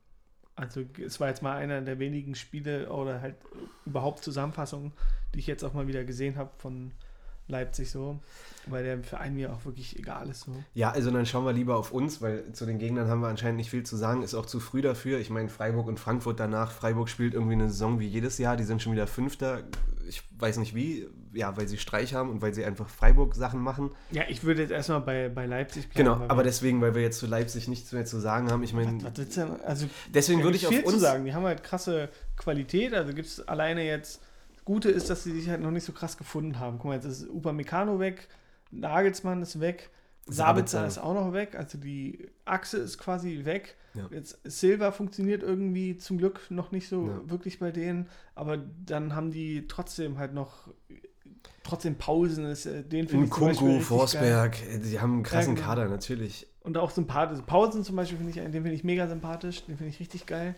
Also es war jetzt mal einer der wenigen Spiele oder halt überhaupt Zusammenfassungen, die ich jetzt auch mal wieder gesehen habe von Leipzig so, weil der Verein mir auch wirklich egal ist so. Ja, also dann schauen wir lieber auf uns, weil zu den Gegnern haben wir anscheinend nicht viel zu sagen, ist auch zu früh dafür. Ich meine, Freiburg und Frankfurt danach, Freiburg spielt irgendwie eine Saison wie jedes Jahr, die sind schon wieder Fünfter, ich weiß nicht wie, ja, weil sie Streich haben und weil sie einfach Freiburg-Sachen machen. Ja, ich würde jetzt erstmal bei, bei Leipzig bleiben. Genau, weil aber wir- deswegen, weil wir jetzt zu Leipzig nichts mehr zu sagen haben, ich meine, Was willst du denn? Also deswegen ja, würde gibt ich auf viel zu uns... sagen. Die haben halt krasse Qualität. Also gibt es alleine jetzt. Das Gute ist, dass sie sich halt noch nicht so krass gefunden haben. Guck mal, jetzt ist Upamecano weg, Nagelsmann ist weg, Sabitzer Sabitzer. ist auch noch weg. Also die Achse ist quasi weg. Ja. Jetzt Silva funktioniert irgendwie zum Glück noch nicht so Ja. wirklich bei denen. Aber dann haben die trotzdem halt noch trotzdem Pausen. Das, äh, den finde ich zum Beispiel Nkunku, richtig geil. Forsberg, die haben einen krassen Ja, genau. Kader, natürlich. Und auch sympathisch. Pausen zum Beispiel finde ich, den finde ich mega sympathisch. Den finde ich richtig geil.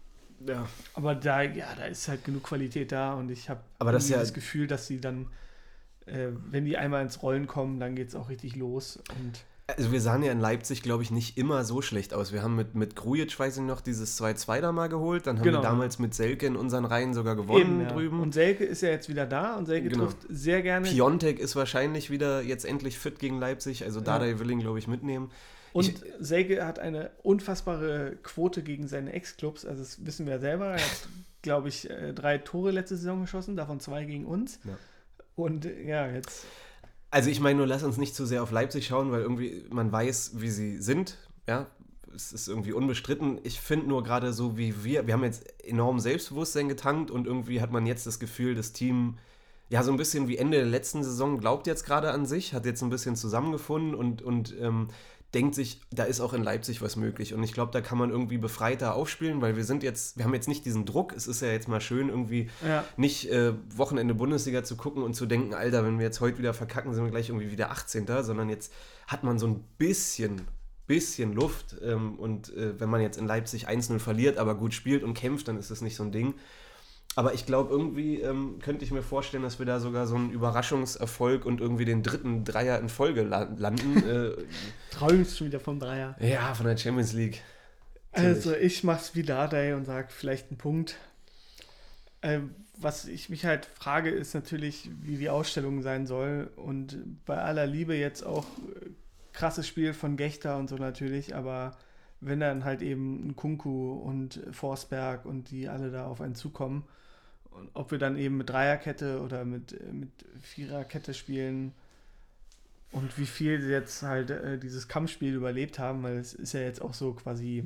Ja. Aber da, ja, da ist halt genug Qualität da und ich habe Aber das ist ja- das Gefühl, dass sie dann, äh, wenn die einmal ins Rollen kommen, dann geht es auch richtig los. Und Also wir sahen ja in Leipzig, glaube ich, nicht immer so schlecht aus. Wir haben mit, mit Grujic, weiß ich noch, dieses zwei zwei da mal geholt. Dann haben Genau. wir damals mit Selke in unseren Reihen sogar gewonnen eben, ja. drüben. Und Selke ist ja jetzt wieder da und Selke Genau. trifft sehr gerne. Piontek ist wahrscheinlich wieder jetzt endlich fit gegen Leipzig. Also Dardai will ihn, glaube ich, mitnehmen. Und ich- Selke hat eine unfassbare Quote gegen seine Ex-Clubs. Also das wissen wir selber. Er hat, glaube ich, äh, drei Tore letzte Saison geschossen, davon zwei gegen uns. Ja. Und äh, ja, jetzt... Also ich meine nur, lass uns nicht zu sehr auf Leipzig schauen, weil irgendwie man weiß, wie sie sind. Ja, es ist irgendwie unbestritten. Ich finde nur gerade so, wie wir, wir haben jetzt enorm Selbstbewusstsein getankt und irgendwie hat man jetzt das Gefühl, das Team, ja, so ein bisschen wie Ende der letzten Saison, glaubt jetzt gerade an sich, hat jetzt ein bisschen zusammengefunden und, und ähm, denkt sich, da ist auch in Leipzig was möglich. Und ich glaube, da kann man irgendwie befreiter aufspielen, weil wir sind jetzt, wir haben jetzt nicht diesen Druck. Es ist ja jetzt mal schön, irgendwie Ja. nicht äh, Wochenende Bundesliga zu gucken und zu denken, Alter, wenn wir jetzt heute wieder verkacken, sind wir gleich irgendwie wieder achtzehnter Sondern jetzt hat man so ein bisschen, bisschen Luft. Ähm, und äh, wenn man jetzt in Leipzig eins null verliert, aber gut spielt und kämpft, dann ist das nicht so ein Ding. Aber ich glaube, irgendwie ähm, könnte ich mir vorstellen, dass wir da sogar so einen Überraschungserfolg und irgendwie den dritten Dreier in Folge la- landen. äh, Träumst schon wieder vom Dreier. ja, von der Champions League. Also ich mach's wie Dardai und sag vielleicht einen Punkt. Ähm, was ich mich halt frage, ist natürlich, wie die Ausstellung sein soll. Und bei aller Liebe jetzt auch äh, krasses Spiel von Gechter und so natürlich, aber wenn dann halt eben ein Kunku und Forsberg und die alle da auf einen zukommen, und ob wir dann eben mit Dreierkette oder mit, äh, mit Viererkette spielen und wie viel sie jetzt halt äh, dieses Kampfspiel überlebt haben, weil es ist ja jetzt auch so quasi,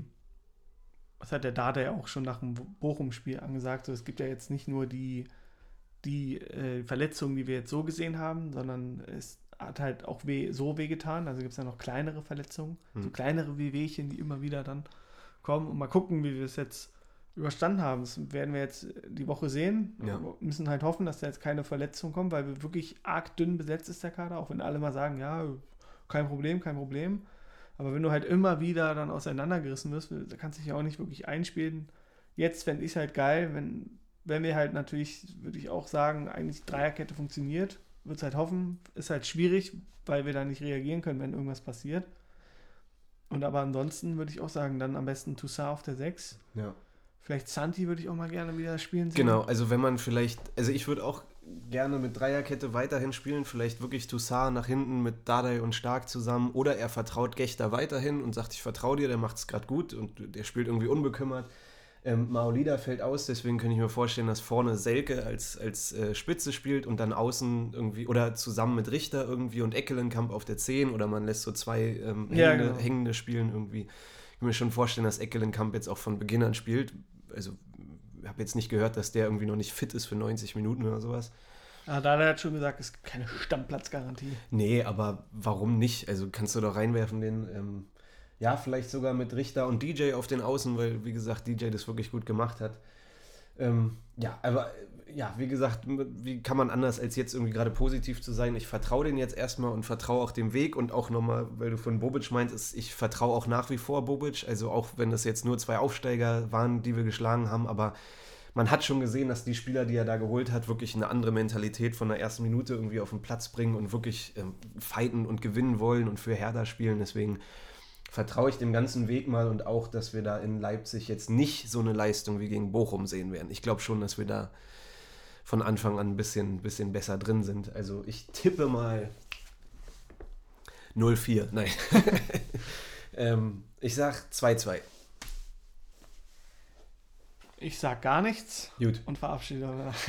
das hat der Dada ja auch schon nach dem Bochum-Spiel angesagt, so, es gibt ja jetzt nicht nur die, die äh, Verletzungen, die wir jetzt so gesehen haben, sondern es hat halt auch weh, so wehgetan, also gibt es ja noch kleinere Verletzungen, hm. so kleinere Wehwehchen, die immer wieder dann kommen und mal gucken, wie wir es jetzt überstanden haben. Das werden wir jetzt die Woche sehen. Ja. Wir müssen halt hoffen, dass da jetzt keine Verletzung kommt, weil wir wirklich arg dünn besetzt ist der Kader, auch wenn alle mal sagen, ja, kein Problem, kein Problem. Aber wenn du halt immer wieder dann auseinandergerissen wirst, da kannst du dich ja auch nicht wirklich einspielen. Jetzt fände ich es halt geil, wenn, wenn wir halt natürlich, würde ich auch sagen, eigentlich Dreierkette funktioniert. Würde es halt hoffen, ist halt schwierig, weil wir da nicht reagieren können, wenn irgendwas passiert. Und aber ansonsten würde ich auch sagen, dann am besten Toussaint auf der sechs. Ja. Vielleicht Santi würde ich auch mal gerne wieder spielen sehen. Genau, also wenn man vielleicht, also ich würde auch gerne mit Dreierkette weiterhin spielen, vielleicht wirklich Toussaint nach hinten mit Dardai und Stark zusammen, oder er vertraut Gechter weiterhin und sagt, ich vertraue dir, der macht es gerade gut und der spielt irgendwie unbekümmert. Ähm, Maolida fällt aus, deswegen kann ich mir vorstellen, dass vorne Selke als, als äh, Spitze spielt und dann außen irgendwie, oder zusammen mit Richter irgendwie und Eckelenkamp auf der zehn, oder man lässt so zwei ähm, hängende, Ja, genau. hängende spielen irgendwie. Ich kann mir schon vorstellen, dass Eckelenkamp jetzt auch von Beginn an spielt. Also ich habe jetzt nicht gehört, dass der irgendwie noch nicht fit ist für neunzig Minuten oder sowas. Ja, Dada hat schon gesagt, es gibt keine Stammplatzgarantie. Nee, aber warum nicht? Also kannst du doch reinwerfen den, ähm, ja, vielleicht sogar mit Richter und D J auf den Außen, weil, wie gesagt, D J das wirklich gut gemacht hat. Ähm, ja, aber, ja, wie gesagt, wie kann man anders, als jetzt irgendwie gerade positiv zu sein? Ich vertraue den jetzt erstmal und vertraue auch dem Weg und auch nochmal, weil du von Bobic meintest, ich vertraue auch nach wie vor Bobic, also auch wenn das jetzt nur zwei Aufsteiger waren, die wir geschlagen haben, aber man hat schon gesehen, dass die Spieler, die er da geholt hat, wirklich eine andere Mentalität von der ersten Minute irgendwie auf den Platz bringen und wirklich ähm, fighten und gewinnen wollen und für Hertha spielen. Deswegen vertraue ich dem ganzen Weg mal und auch, dass wir da in Leipzig jetzt nicht so eine Leistung wie gegen Bochum sehen werden. Ich glaube schon, dass wir da von Anfang an ein bisschen, bisschen besser drin sind. Also ich tippe mal null vier. Nein. ähm, ich sag zwei zwei. Ich sag gar nichts Gut. und verabschiede.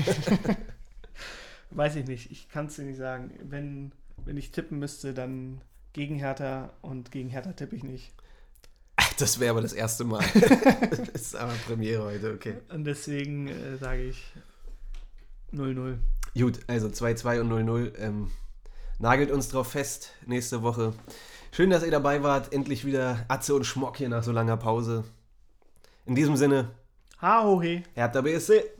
Weiß ich nicht, ich kann es dir nicht sagen. Wenn, wenn ich tippen müsste, dann gegen Hertha, und gegen Hertha tippe ich nicht. Das wäre aber das erste Mal. Das ist aber Premiere heute, okay. Und deswegen äh, sage ich null null. Gut, also zwei zwei und null null. Ähm, nagelt uns drauf fest nächste Woche. Schön, dass ihr dabei wart. Endlich wieder Atze und Schmock hier nach so langer Pause. In diesem Sinne, Ha, ho, he. Hertha B S C.